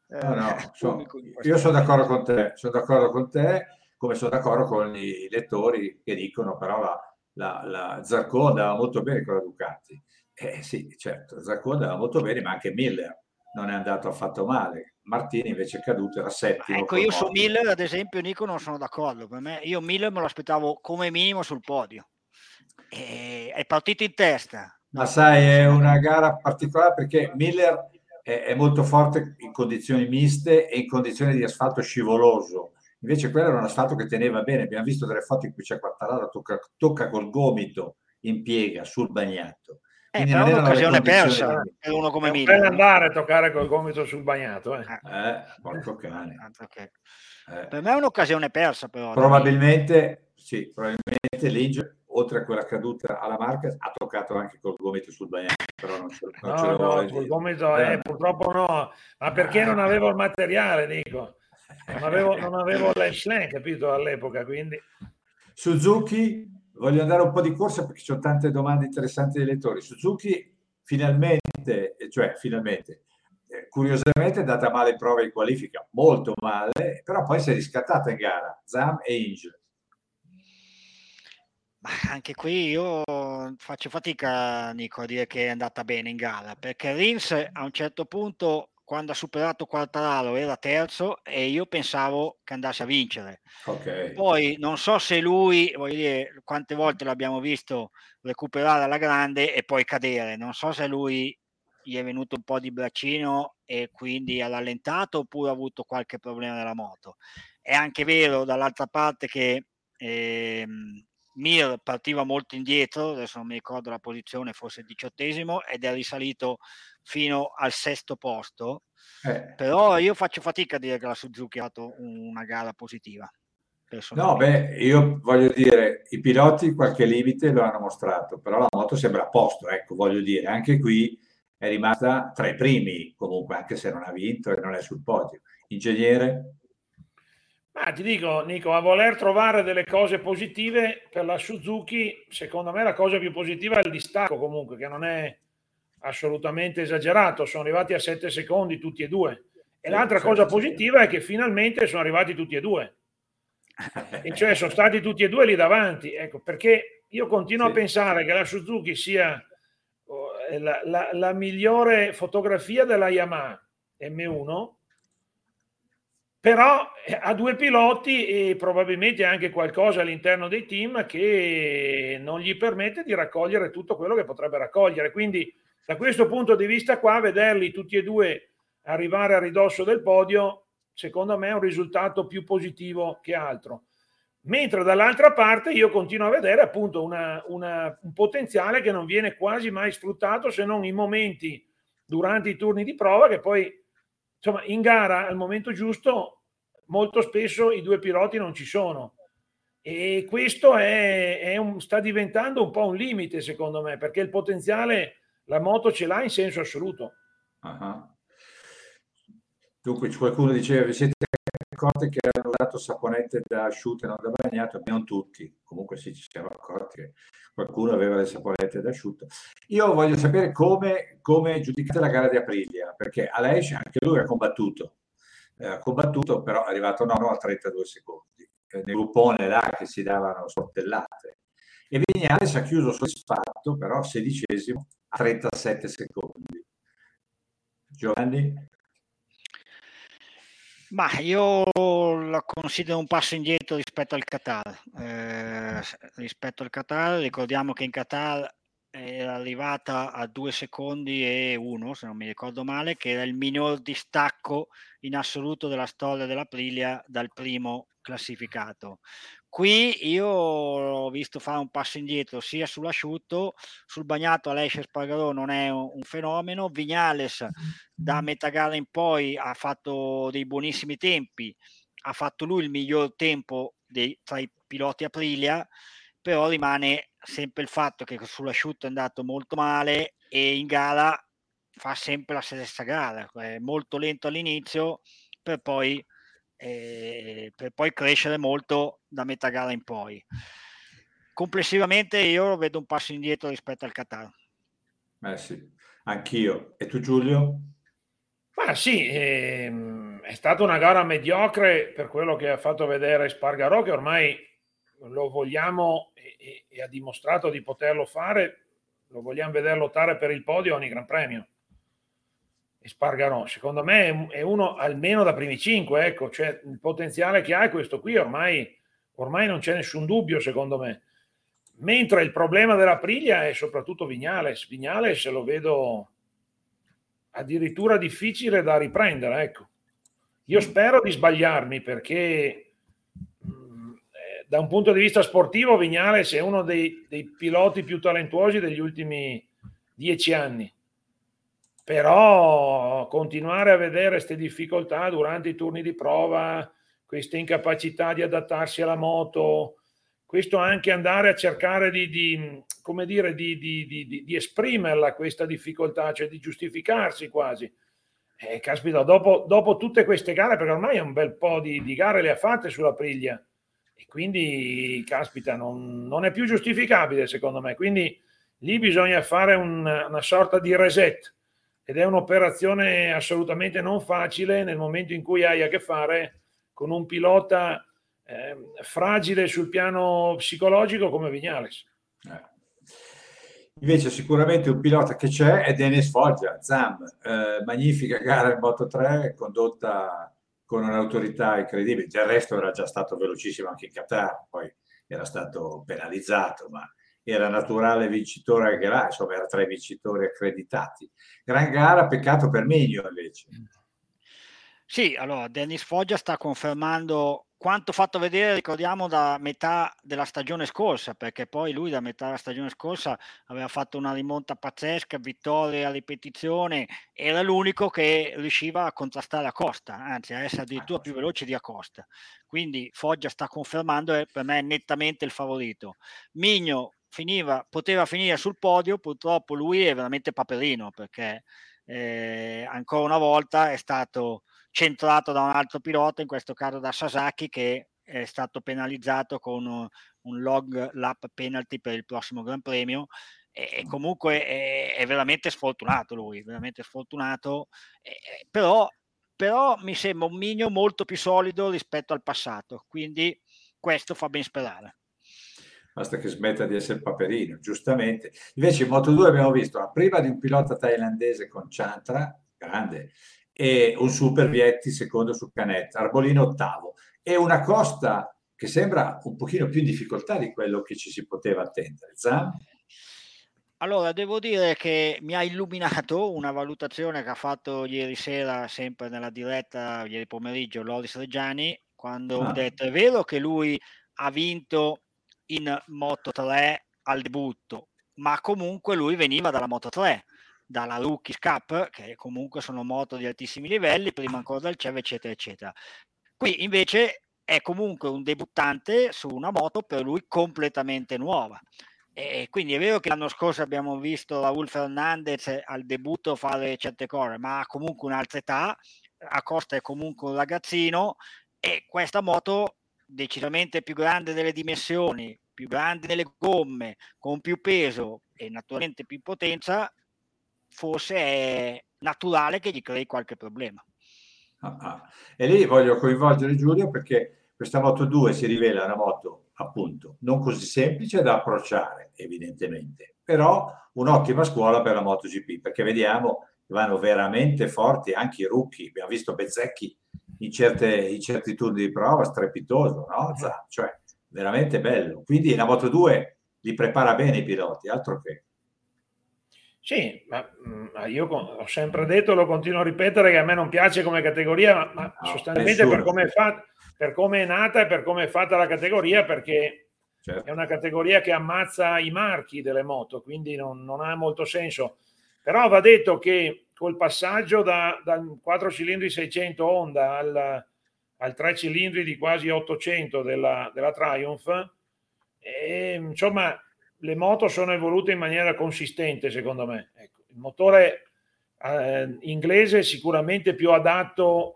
Io sono d'accordo con te, come sono d'accordo con i lettori che dicono però la Zarco andava molto bene con la Ducati. Sì, certo, Zarco andava molto bene, ma anche Miller non è andato affatto male. Martini invece è caduto, era settimo. Ecco, io su Miller, ad esempio, Nico, non sono d'accordo. Per me, io Miller me lo aspettavo come minimo sul podio. È partito in testa. Ma sai, è una gara particolare perché Miller è molto forte in condizioni miste e in condizioni di asfalto scivoloso. Invece quello era un asfalto che teneva bene. Abbiamo visto delle foto in cui c'è Quartararo tocca col gomito in piega sul bagnato. Quindi però non è erano un'occasione le condizioni persa per uno come è un Miller. bel andare a toccare col gomito sul bagnato. Porco cane. Per me è un'occasione persa, però. Probabilmente Linge, oltre a quella caduta alla Marquez, ha toccato anche col gomito sul bagnato, però non ce lo vuole dire. Col gomito purtroppo no, ma perché non avevo il materiale, dico. Non avevo l'Airslan, capito, all'epoca, quindi... Suzuki, voglio andare un po' di corsa perché ci sono tante domande interessanti dei lettori. Suzuki finalmente, curiosamente è andata male in prova in qualifica, molto male, però poi si è riscattata in gara, Zam e Inge. Anche qui io faccio fatica, Nico, a dire che è andata bene in gara, perché Rins a un certo punto, quando ha superato Quartararo, era terzo e io pensavo che andasse a vincere. Poi non so se lui, voglio dire, quante volte l'abbiamo visto recuperare alla grande e poi cadere, non so se lui gli è venuto un po' di braccino e quindi ha rallentato oppure ha avuto qualche problema nella moto. È anche vero dall'altra parte che Mir partiva molto indietro, adesso non mi ricordo la posizione, forse il 18esimo, ed è risalito fino al sesto posto. Però io faccio fatica a dire che la Suzuki ha fatto una gara positiva. No, io voglio dire, i piloti qualche limite lo hanno mostrato, però la moto sembra a posto, ecco, voglio dire, anche qui è rimasta tra i primi, comunque, anche se non ha vinto e non è sul podio. Ingegnere? Ma ti dico, Nico, a voler trovare delle cose positive per la Suzuki, secondo me la cosa più positiva è il distacco comunque, che non è assolutamente esagerato, sono arrivati a 7 secondi tutti e due. E l'altra cosa positiva è che finalmente sono arrivati tutti e due. E cioè sono stati tutti e due lì davanti, ecco, perché io continuo a pensare che la Suzuki sia la migliore fotografia della Yamaha M1, però ha due piloti e probabilmente anche qualcosa all'interno dei team che non gli permette di raccogliere tutto quello che potrebbe raccogliere. Quindi da questo punto di vista qua, vederli tutti e due arrivare a ridosso del podio, secondo me è un risultato più positivo che altro. Mentre dall'altra parte io continuo a vedere appunto un potenziale che non viene quasi mai sfruttato, se non in momenti durante i turni di prova, che poi insomma in gara al momento giusto molto spesso i due piloti non ci sono, e questo sta diventando un po' un limite secondo me, perché il potenziale la moto ce l'ha in senso assoluto. Dunque qualcuno diceva: vi siete accorti che hanno dato saponette da asciutto e non da bagnato? Non tutti, comunque sì, ci siamo accorti che qualcuno aveva le saponette da asciutto. Io voglio sapere come giudicate la gara di Aprilia, perché Aleix anche lui ha combattuto, però è arrivato nono a 32 secondi, nel gruppone là che si davano sportellate, e Viñales ha chiuso soddisfatto, però 16esimo a 37 secondi. Giovanni? Ma io la considero un passo indietro rispetto al Qatar. Ricordiamo che in Qatar era arrivata a 2 secondi e 1, se non mi ricordo male, che era il minor distacco in assoluto della storia dell'Aprilia dal primo classificato. Qui io ho visto fare un passo indietro sia sull'asciutto, sul bagnato Aleix Espargaró non è un fenomeno, Viñales da metà gara in poi ha fatto dei buonissimi tempi, ha fatto lui il miglior tempo tra i piloti Aprilia, però rimane sempre il fatto che sull'asciutto è andato molto male e in gara fa sempre la stessa gara, è molto lento all'inizio per poi crescere molto da metà gara in poi. Complessivamente io vedo un passo indietro rispetto al Qatar. Sì, anch'io. E tu, Giulio? Ma sì, è stata una gara mediocre per quello che ha fatto vedere Espargaró, che ormai lo vogliamo e ha dimostrato di poterlo fare, lo vogliamo vedere lottare per il podio ogni Gran Premio. Espargaró, secondo me è uno almeno da primi 5, ecco, cioè il potenziale che ha è questo qui, ormai non c'è nessun dubbio, secondo me. Mentre il problema dell'Aprilia è soprattutto Viñales. Viñales lo vedo addirittura difficile da riprendere, ecco. Io spero di sbagliarmi perché da un punto di vista sportivo Viñales è uno dei piloti più talentuosi degli ultimi 10 anni, però continuare a vedere queste difficoltà durante i turni di prova, queste incapacità di adattarsi alla moto, questo anche andare a cercare di esprimerla questa difficoltà, cioè di giustificarsi quasi. Caspita, dopo tutte queste gare, perché ormai un bel po' di gare le ha fatte sulla Aprilia, e quindi, caspita, non è più giustificabile secondo me. Quindi lì bisogna fare una sorta di reset, ed è un'operazione assolutamente non facile nel momento in cui hai a che fare con un pilota fragile sul piano psicologico come Viñales. Invece sicuramente un pilota che c'è è Denis Foggia, ZAM, magnifica gara in Moto3 condotta con un'autorità incredibile. Del resto era già stato velocissimo anche in Qatar, poi era stato penalizzato, ma era naturale vincitore anche là, insomma era tra i vincitori accreditati. Gran gara, peccato per Migno invece. Sì, allora Denis Foggia sta confermando quanto fatto vedere, ricordiamo, da metà della stagione scorsa, perché poi lui da metà della stagione scorsa aveva fatto una rimonta pazzesca, vittorie a ripetizione, era l'unico che riusciva a contrastare Acosta, anzi a essere addirittura più veloce di Acosta. Quindi Foggia sta confermando, e per me è nettamente il favorito. Migno poteva finire sul podio, purtroppo lui è veramente paperino, perché ancora una volta è stato centrato da un altro pilota, in questo caso da Sasaki, che è stato penalizzato con un log lap penalty per il prossimo Gran Premio, e comunque è veramente sfortunato lui, veramente sfortunato, però mi sembra un Migno molto più solido rispetto al passato, quindi questo fa ben sperare. Basta che smetta di essere paperino, giustamente. Invece in Moto2 abbiamo visto la prima di un pilota thailandese con Chantra, grande, e un Super Vietti secondo su Canet, Arbolino ottavo, e una Costa che sembra un pochino più in difficoltà di quello che ci si poteva attendere. Zan? Allora, devo dire che mi ha illuminato una valutazione che ha fatto ieri sera, sempre nella diretta, ieri pomeriggio, Loris Reggiani, quando ho detto: è vero che lui ha vinto in Moto3 al debutto, ma comunque lui veniva dalla Moto3, dalla Rookies Cup, che comunque sono moto di altissimi livelli, prima ancora dal CEV, eccetera, eccetera. Qui invece è comunque un debuttante su una moto per lui completamente nuova. E quindi è vero che l'anno scorso abbiamo visto Raul Fernandez al debutto fare certe cose, ma ha comunque un'altra età, Acosta è comunque un ragazzino, e questa moto decisamente più grande delle dimensioni, più grande nelle gomme, con più peso e naturalmente più potenza, forse è naturale che gli crei qualche problema. E lì voglio coinvolgere Giulio, perché questa Moto2 si rivela una moto appunto non così semplice da approcciare, evidentemente, però un'ottima scuola per la MotoGP, perché vediamo che vanno veramente forti anche i rookie. Abbiamo visto Bezzecchi in certi turni di prova, strepitoso, no? Cioè veramente bello. Quindi la Moto2 li prepara bene i piloti, altro che. Sì, ma io ho sempre detto, lo continuo a ripetere, che a me non piace come categoria, ma No, sostanzialmente per come è nata e per come è fatta la categoria, perché certo. è una categoria che ammazza i marchi delle moto, quindi non ha molto senso. Però va detto che col passaggio dal 4 cilindri 600 Honda al 3 cilindri di quasi 800 della Triumph, insomma, le moto sono evolute in maniera consistente, secondo me. Ecco, il motore inglese è sicuramente più adatto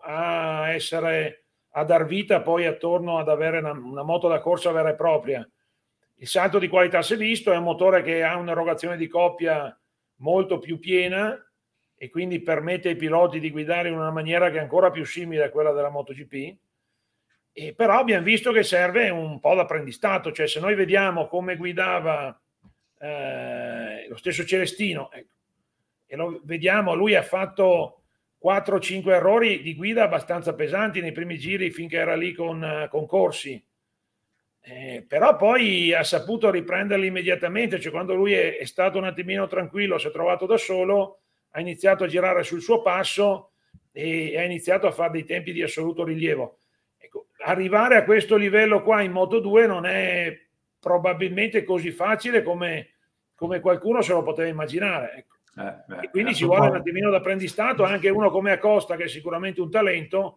a dar vita poi attorno ad avere una moto da corsa vera e propria. Il salto di qualità si è visto, è un motore che ha un'erogazione di coppia molto più piena e quindi permette ai piloti di guidare in una maniera che è ancora più simile a quella della MotoGP. Però abbiamo visto che serve un po' d'apprendistato, cioè se noi vediamo come guidava lo stesso Celestino, ecco, e lo vediamo, lui ha fatto 4-5 errori di guida abbastanza pesanti nei primi giri finché era lì con Corsi, però poi ha saputo riprenderli immediatamente, cioè quando lui è stato un attimino tranquillo, si è trovato da solo, ha iniziato a girare sul suo passo e ha iniziato a fare dei tempi di assoluto rilievo. Ecco, arrivare a questo livello qua in Moto2 non è probabilmente così facile come qualcuno se lo poteva immaginare, ecco. E quindi ci vuole un attimino d'apprendistato, anche uno come Acosta, che è sicuramente un talento,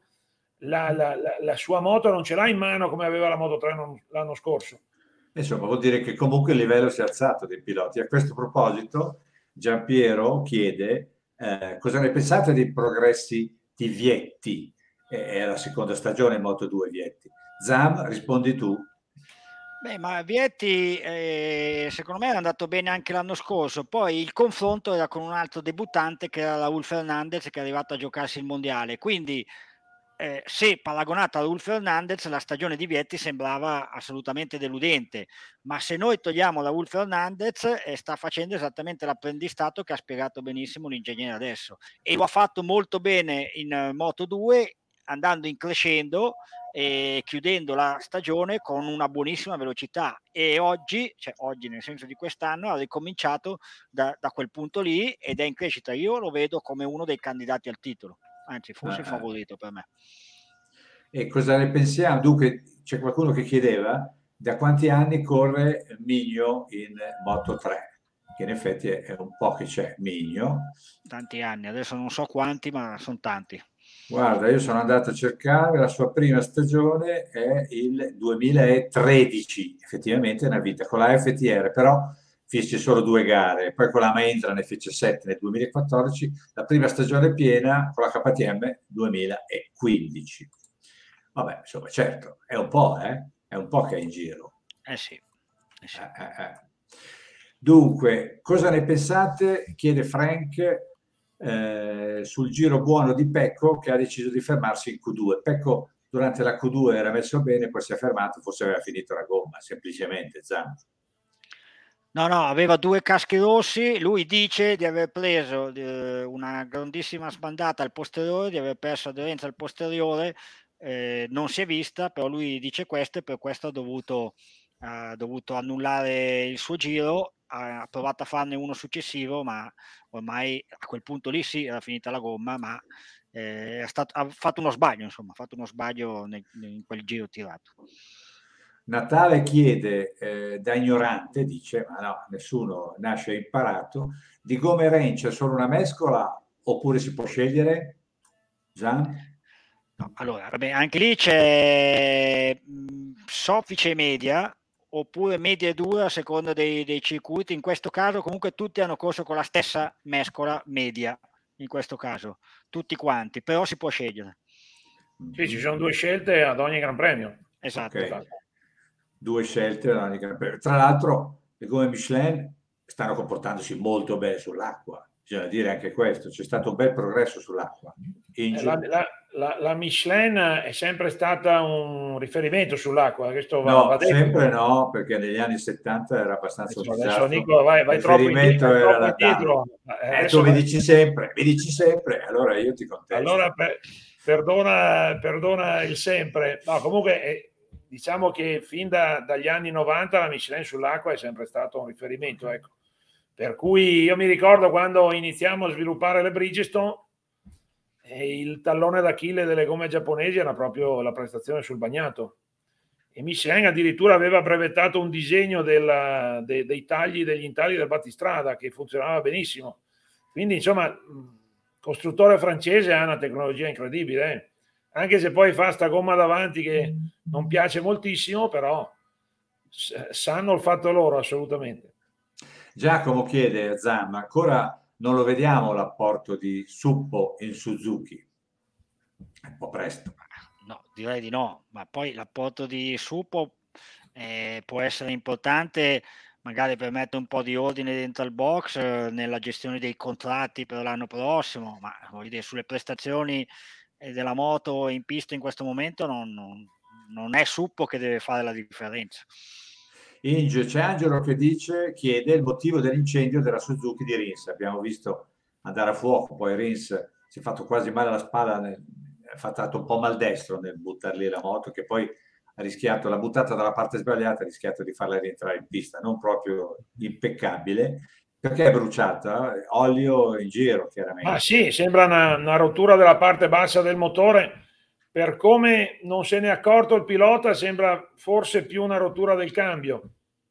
la sua moto non ce l'ha in mano come aveva la Moto 3 l'anno scorso. Insomma, vuol dire che comunque il livello si è alzato dei piloti. A questo proposito, Giampiero chiede cosa ne pensate dei progressi di Vietti? È la seconda stagione in Moto2 Vietti. Zam, rispondi tu. Beh, ma Vietti secondo me è andato bene anche l'anno scorso, poi il confronto era con un altro debuttante che era Raul Fernandez, che è arrivato a giocarsi il mondiale, quindi se paragonato a Raul Fernandez la stagione di Vietti sembrava assolutamente deludente, ma se noi togliamo Raul Fernandez sta facendo esattamente l'apprendistato che ha spiegato benissimo l'ingegnere adesso, e lo ha fatto molto bene in Moto2, andando in crescendo e chiudendo la stagione con una buonissima velocità, e oggi nel senso di quest'anno ha ricominciato da quel punto lì ed è in crescita. Io lo vedo come uno dei candidati al titolo, anzi forse il favorito per me. E cosa ne pensiamo? Dunque, c'è qualcuno che chiedeva da quanti anni corre Migno in Moto 3, che in effetti è un po' che c'è Migno. Tanti anni, adesso non so quanti, ma sono tanti. Guarda, io sono andato a cercare, la sua prima stagione è il 2013, effettivamente è una vita, con la FTR, però fece solo 2 gare, poi con la Mahindra ne fece 7 nel 2014, la prima stagione piena con la KTM 2015. Vabbè, insomma, certo, è un po', che è in giro. Sì. Dunque, cosa ne pensate? Chiede Frank sul giro buono di Pecco, che ha deciso di fermarsi in Q2. Pecco durante la Q2 era messo bene, poi si è fermato, forse aveva finito la gomma, semplicemente. Zampa. No, aveva 2 caschi rossi, lui dice di aver preso una grandissima sbandata al posteriore, di aver perso aderenza al posteriore, non si è vista, però lui dice questo e per questo ha dovuto annullare il suo giro, ha provato a farne uno successivo, ma ormai a quel punto lì sì, era finita la gomma, ma ha fatto uno sbaglio, insomma, ha fatto uno sbaglio in quel giro tirato. Natale chiede, da ignorante, dice, ma no, nessuno nasce imparato, di gomme range c'è solo una mescola oppure si può scegliere? Gian? No, allora, vabbè, anche lì c'è soffice e media, oppure media e dura a seconda dei circuiti. In questo caso comunque tutti hanno corso con la stessa mescola media, in questo caso, tutti quanti, però si può scegliere. Sì, ci sono 2 scelte ad ogni Gran Premio. Esatto. Okay. 2 scelte ad ogni Gran Premio. Tra l'altro le gomme Michelin stanno comportandosi molto bene sull'acqua, bisogna dire anche questo, c'è stato un bel progresso sull'acqua. La Michelin è sempre stata un riferimento sull'acqua, questo va No, detto. sempre no, perché negli anni 70 era abbastanza un Adesso disastro. Nico, vai Il troppo riferimento era la indietro. TAM. Tu mi dici sempre, allora io ti contesto. Allora perdona il sempre. No, comunque diciamo che fin dagli anni 90 la Michelin sull'acqua è sempre stato un riferimento, ecco. Per cui io mi ricordo quando iniziamo a sviluppare le Bridgestone, il tallone d'Achille delle gomme giapponesi era proprio la prestazione sul bagnato. E Michelin addirittura aveva brevettato un disegno dei tagli, degli intagli del battistrada che funzionava benissimo. Quindi, insomma, il costruttore francese ha una tecnologia incredibile, anche se poi fa sta gomma davanti che non piace moltissimo, però sanno il fatto loro assolutamente. Giacomo chiede, Zam, ancora non lo vediamo l'apporto di Suppo in Suzuki? È un po' presto. No, direi di no, ma poi l'apporto di Suppo può essere importante, magari per mettere un po' di ordine dentro al box nella gestione dei contratti per l'anno prossimo, ma voglio dire, sulle prestazioni della moto in pista in questo momento non è Suppo che deve fare la differenza. Inge, c'è Angelo che chiede il motivo dell'incendio della Suzuki di Rins. Abbiamo visto andare a fuoco, poi Rins si è fatto quasi male alla spalla, è fatto un po' maldestro nel buttar lì la moto, che poi ha rischiato, l'ha buttata dalla parte sbagliata, ha rischiato di farla rientrare in pista, non proprio impeccabile, perché è bruciata, olio in giro chiaramente. Ma sì, sembra una rottura della parte bassa del motore. Per come non se ne è accorto il pilota, sembra forse più una rottura del cambio,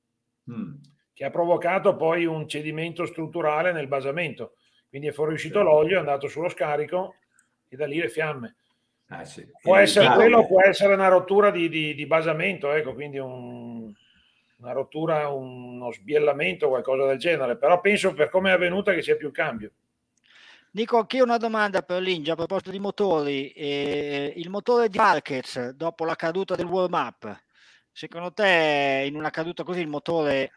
che ha provocato poi un cedimento strutturale nel basamento. Quindi è fuoriuscito l'olio, è andato sullo scarico e da lì le fiamme. Sì. Può essere quello, può essere una rottura di basamento, ecco, quindi una rottura, uno sbiellamento, qualcosa del genere. Però penso per come è avvenuta che sia più cambio. Nico, anche una domanda per l'Ingia a proposito di motori. Il motore di Marquez dopo la caduta del warm-up, secondo te in una caduta così il motore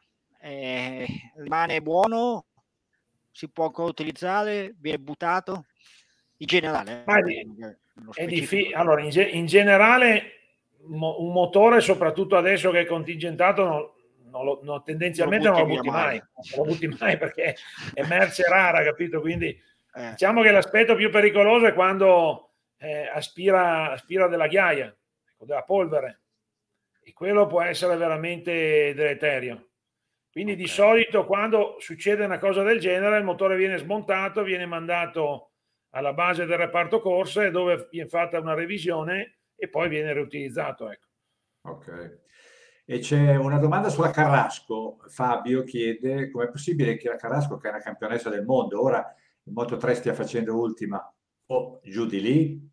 rimane buono? Si può ancora utilizzare? Viene buttato? In generale? È difficile. Allora, in generale un motore, soprattutto adesso che è contingentato, tendenzialmente non lo butti mai. Non lo butti mai perché è merce rara, capito? Quindi diciamo che l'aspetto più pericoloso è quando aspira della ghiaia, della polvere, e quello può essere veramente deleterio. Quindi di solito quando succede una cosa del genere il motore viene smontato, viene mandato alla base del reparto corse dove viene fatta una revisione e poi viene riutilizzato. Ecco. Ok. E c'è una domanda sulla Carrasco. Fabio chiede com'è possibile che la Carrasco, che è una campionessa del mondo, ora in Moto3 stia facendo ultima o giù di lì?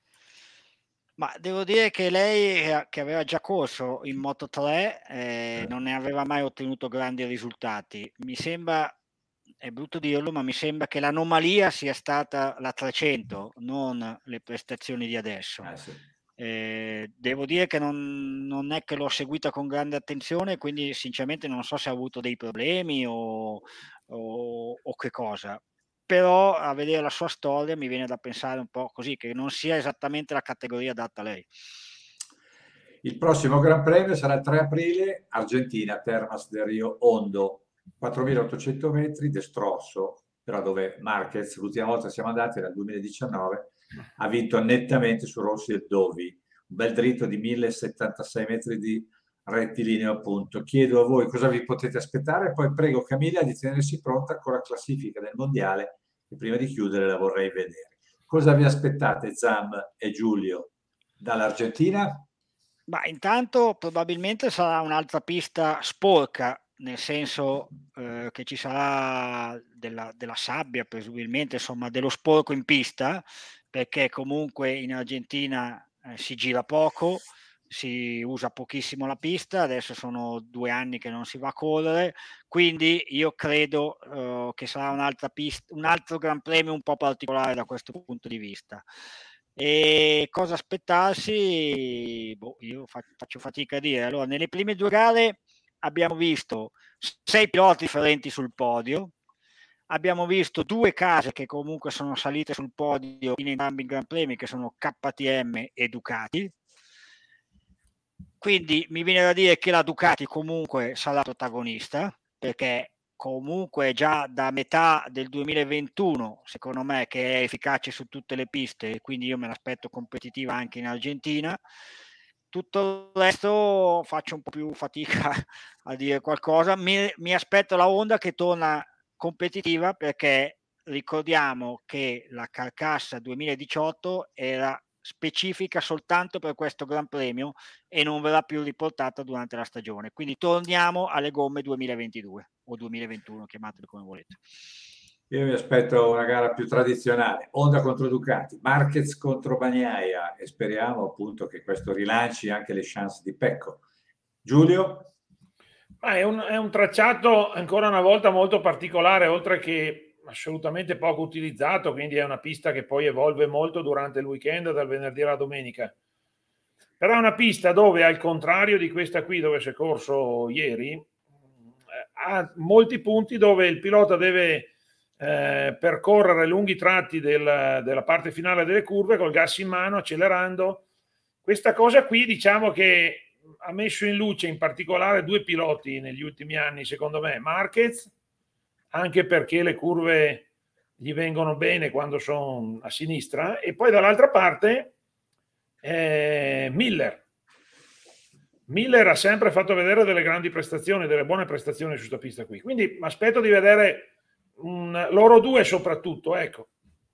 Ma devo dire che lei, che aveva già corso in Moto3, non ne aveva mai ottenuto grandi risultati. Mi sembra, è brutto dirlo, ma mi sembra che l'anomalia sia stata la 300, non le prestazioni di adesso. Sì. Devo dire che non è che l'ho seguita con grande attenzione, quindi sinceramente non so se ha avuto dei problemi o che cosa. Però a vedere la sua storia mi viene da pensare un po' così, che non sia esattamente la categoria adatta a lei. Il prossimo Gran Premio sarà il 3 aprile, Argentina, Termas del Rio Hondo, 4.800 metri, Destrosso, però dove Marquez, l'ultima volta siamo andati era il 2019, ha vinto nettamente su Rossi e Dovi, un bel dritto di 1.076 metri di rettilineo appunto. Chiedo a voi cosa vi potete aspettare e poi prego Camilla di tenersi pronta con la classifica del mondiale che prima di chiudere la vorrei vedere. Cosa vi aspettate Zam e Giulio dall'Argentina? Ma intanto probabilmente sarà un'altra pista sporca, nel senso che ci sarà della sabbia, presumibilmente, insomma, dello sporco in pista, perché comunque in Argentina si gira poco, si usa pochissimo la pista, adesso sono 2 anni che non si va a correre, quindi io credo che sarà un'altra pista, un altro Gran Premio un po' particolare da questo punto di vista. E cosa aspettarsi? Io faccio fatica a dire. Allora, nelle prime 2 gare abbiamo visto 6 piloti differenti sul podio, abbiamo visto 2 case che comunque sono salite sul podio in entrambi i Gran Premi, che sono KTM e Ducati. Quindi mi viene da dire che la Ducati comunque sarà protagonista, perché comunque già da metà del 2021 secondo me che è efficace su tutte le piste e quindi io me l'aspetto competitiva anche in Argentina. Tutto il resto faccio un po' più fatica a dire qualcosa. Mi aspetto la Honda che torna competitiva, perché ricordiamo che la carcassa 2018 era specifica soltanto per questo Gran Premio e non verrà più riportata durante la stagione, quindi torniamo alle gomme 2022 o 2021, chiamatele come volete. Io mi aspetto una gara più tradizionale, Honda contro Ducati, Marquez contro Bagnaia, e speriamo appunto che questo rilanci anche le chance di Pecco. Giulio? È un tracciato ancora una volta molto particolare, oltre che assolutamente poco utilizzato, quindi è una pista che poi evolve molto durante il weekend, dal venerdì alla domenica. Però è una pista dove, al contrario di questa qui dove si è corso ieri, ha molti punti dove il pilota deve percorrere lunghi tratti della parte finale delle curve col gas in mano, accelerando. Questa cosa qui, diciamo che ha messo in luce in particolare due piloti negli ultimi anni, secondo me: Marquez, anche perché le curve gli vengono bene quando sono a sinistra, e poi dall'altra parte Miller ha sempre fatto vedere delle grandi prestazioni, delle buone prestazioni su questa pista qui, quindi mi aspetto di vedere loro due soprattutto, ecco.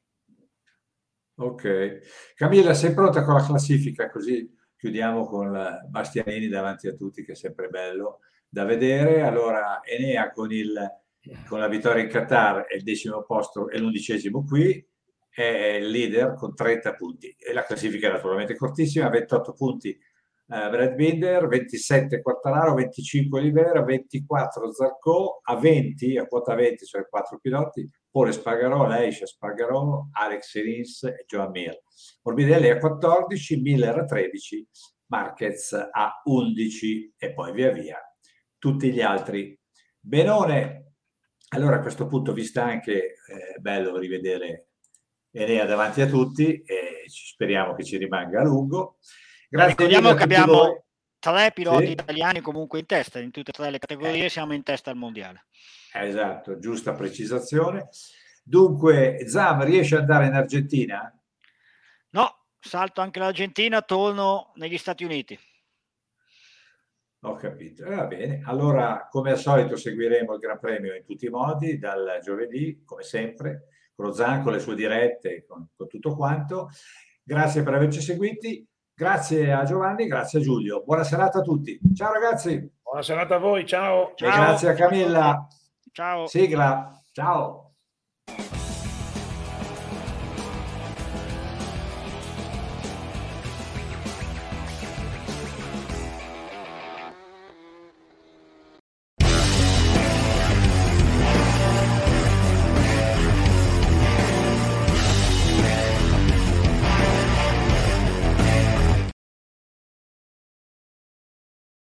Ok, Camilla, sei pronta con la classifica? Così chiudiamo con Bastianini davanti a tutti, che è sempre bello da vedere. Allora, Enea con la vittoria in Qatar è il 10° posto e l'11° qui, è il leader con 30 punti. E la classifica è naturalmente cortissima: 28 punti Brad Binder, 27 Quartararo, 25 Oliveira, 24 Zarco, a 20, a quota 20, cioè 4 piloti, Pole Spargarò, Leish Spargarò, Alex Rins e Joan Mir. Morbidelli a 14, Miller a 13, Marquez a 11 e poi via via tutti gli altri. Benone, allora a questo punto, vista anche bello rivedere Enea davanti a tutti, e speriamo che ci rimanga a lungo. Grazie. Ricordiamo che abbiamo voi. 3 piloti italiani comunque in testa, in tutte e 3 le categorie siamo in testa al mondiale. Esatto, giusta precisazione. Dunque, Zam, riesce ad andare in Argentina? No, salto anche l'Argentina, torno negli Stati Uniti. Ho capito, va bene. Allora, come al solito, seguiremo il Gran Premio in tutti i modi, dal giovedì, come sempre, con lo Zan, con le sue dirette, con tutto quanto. Grazie per averci seguiti. Grazie a Giovanni, grazie a Giulio. Buona serata a tutti. Ciao ragazzi. Buona serata a voi, ciao. E grazie a Camilla. Ciao. Sigla. Ciao.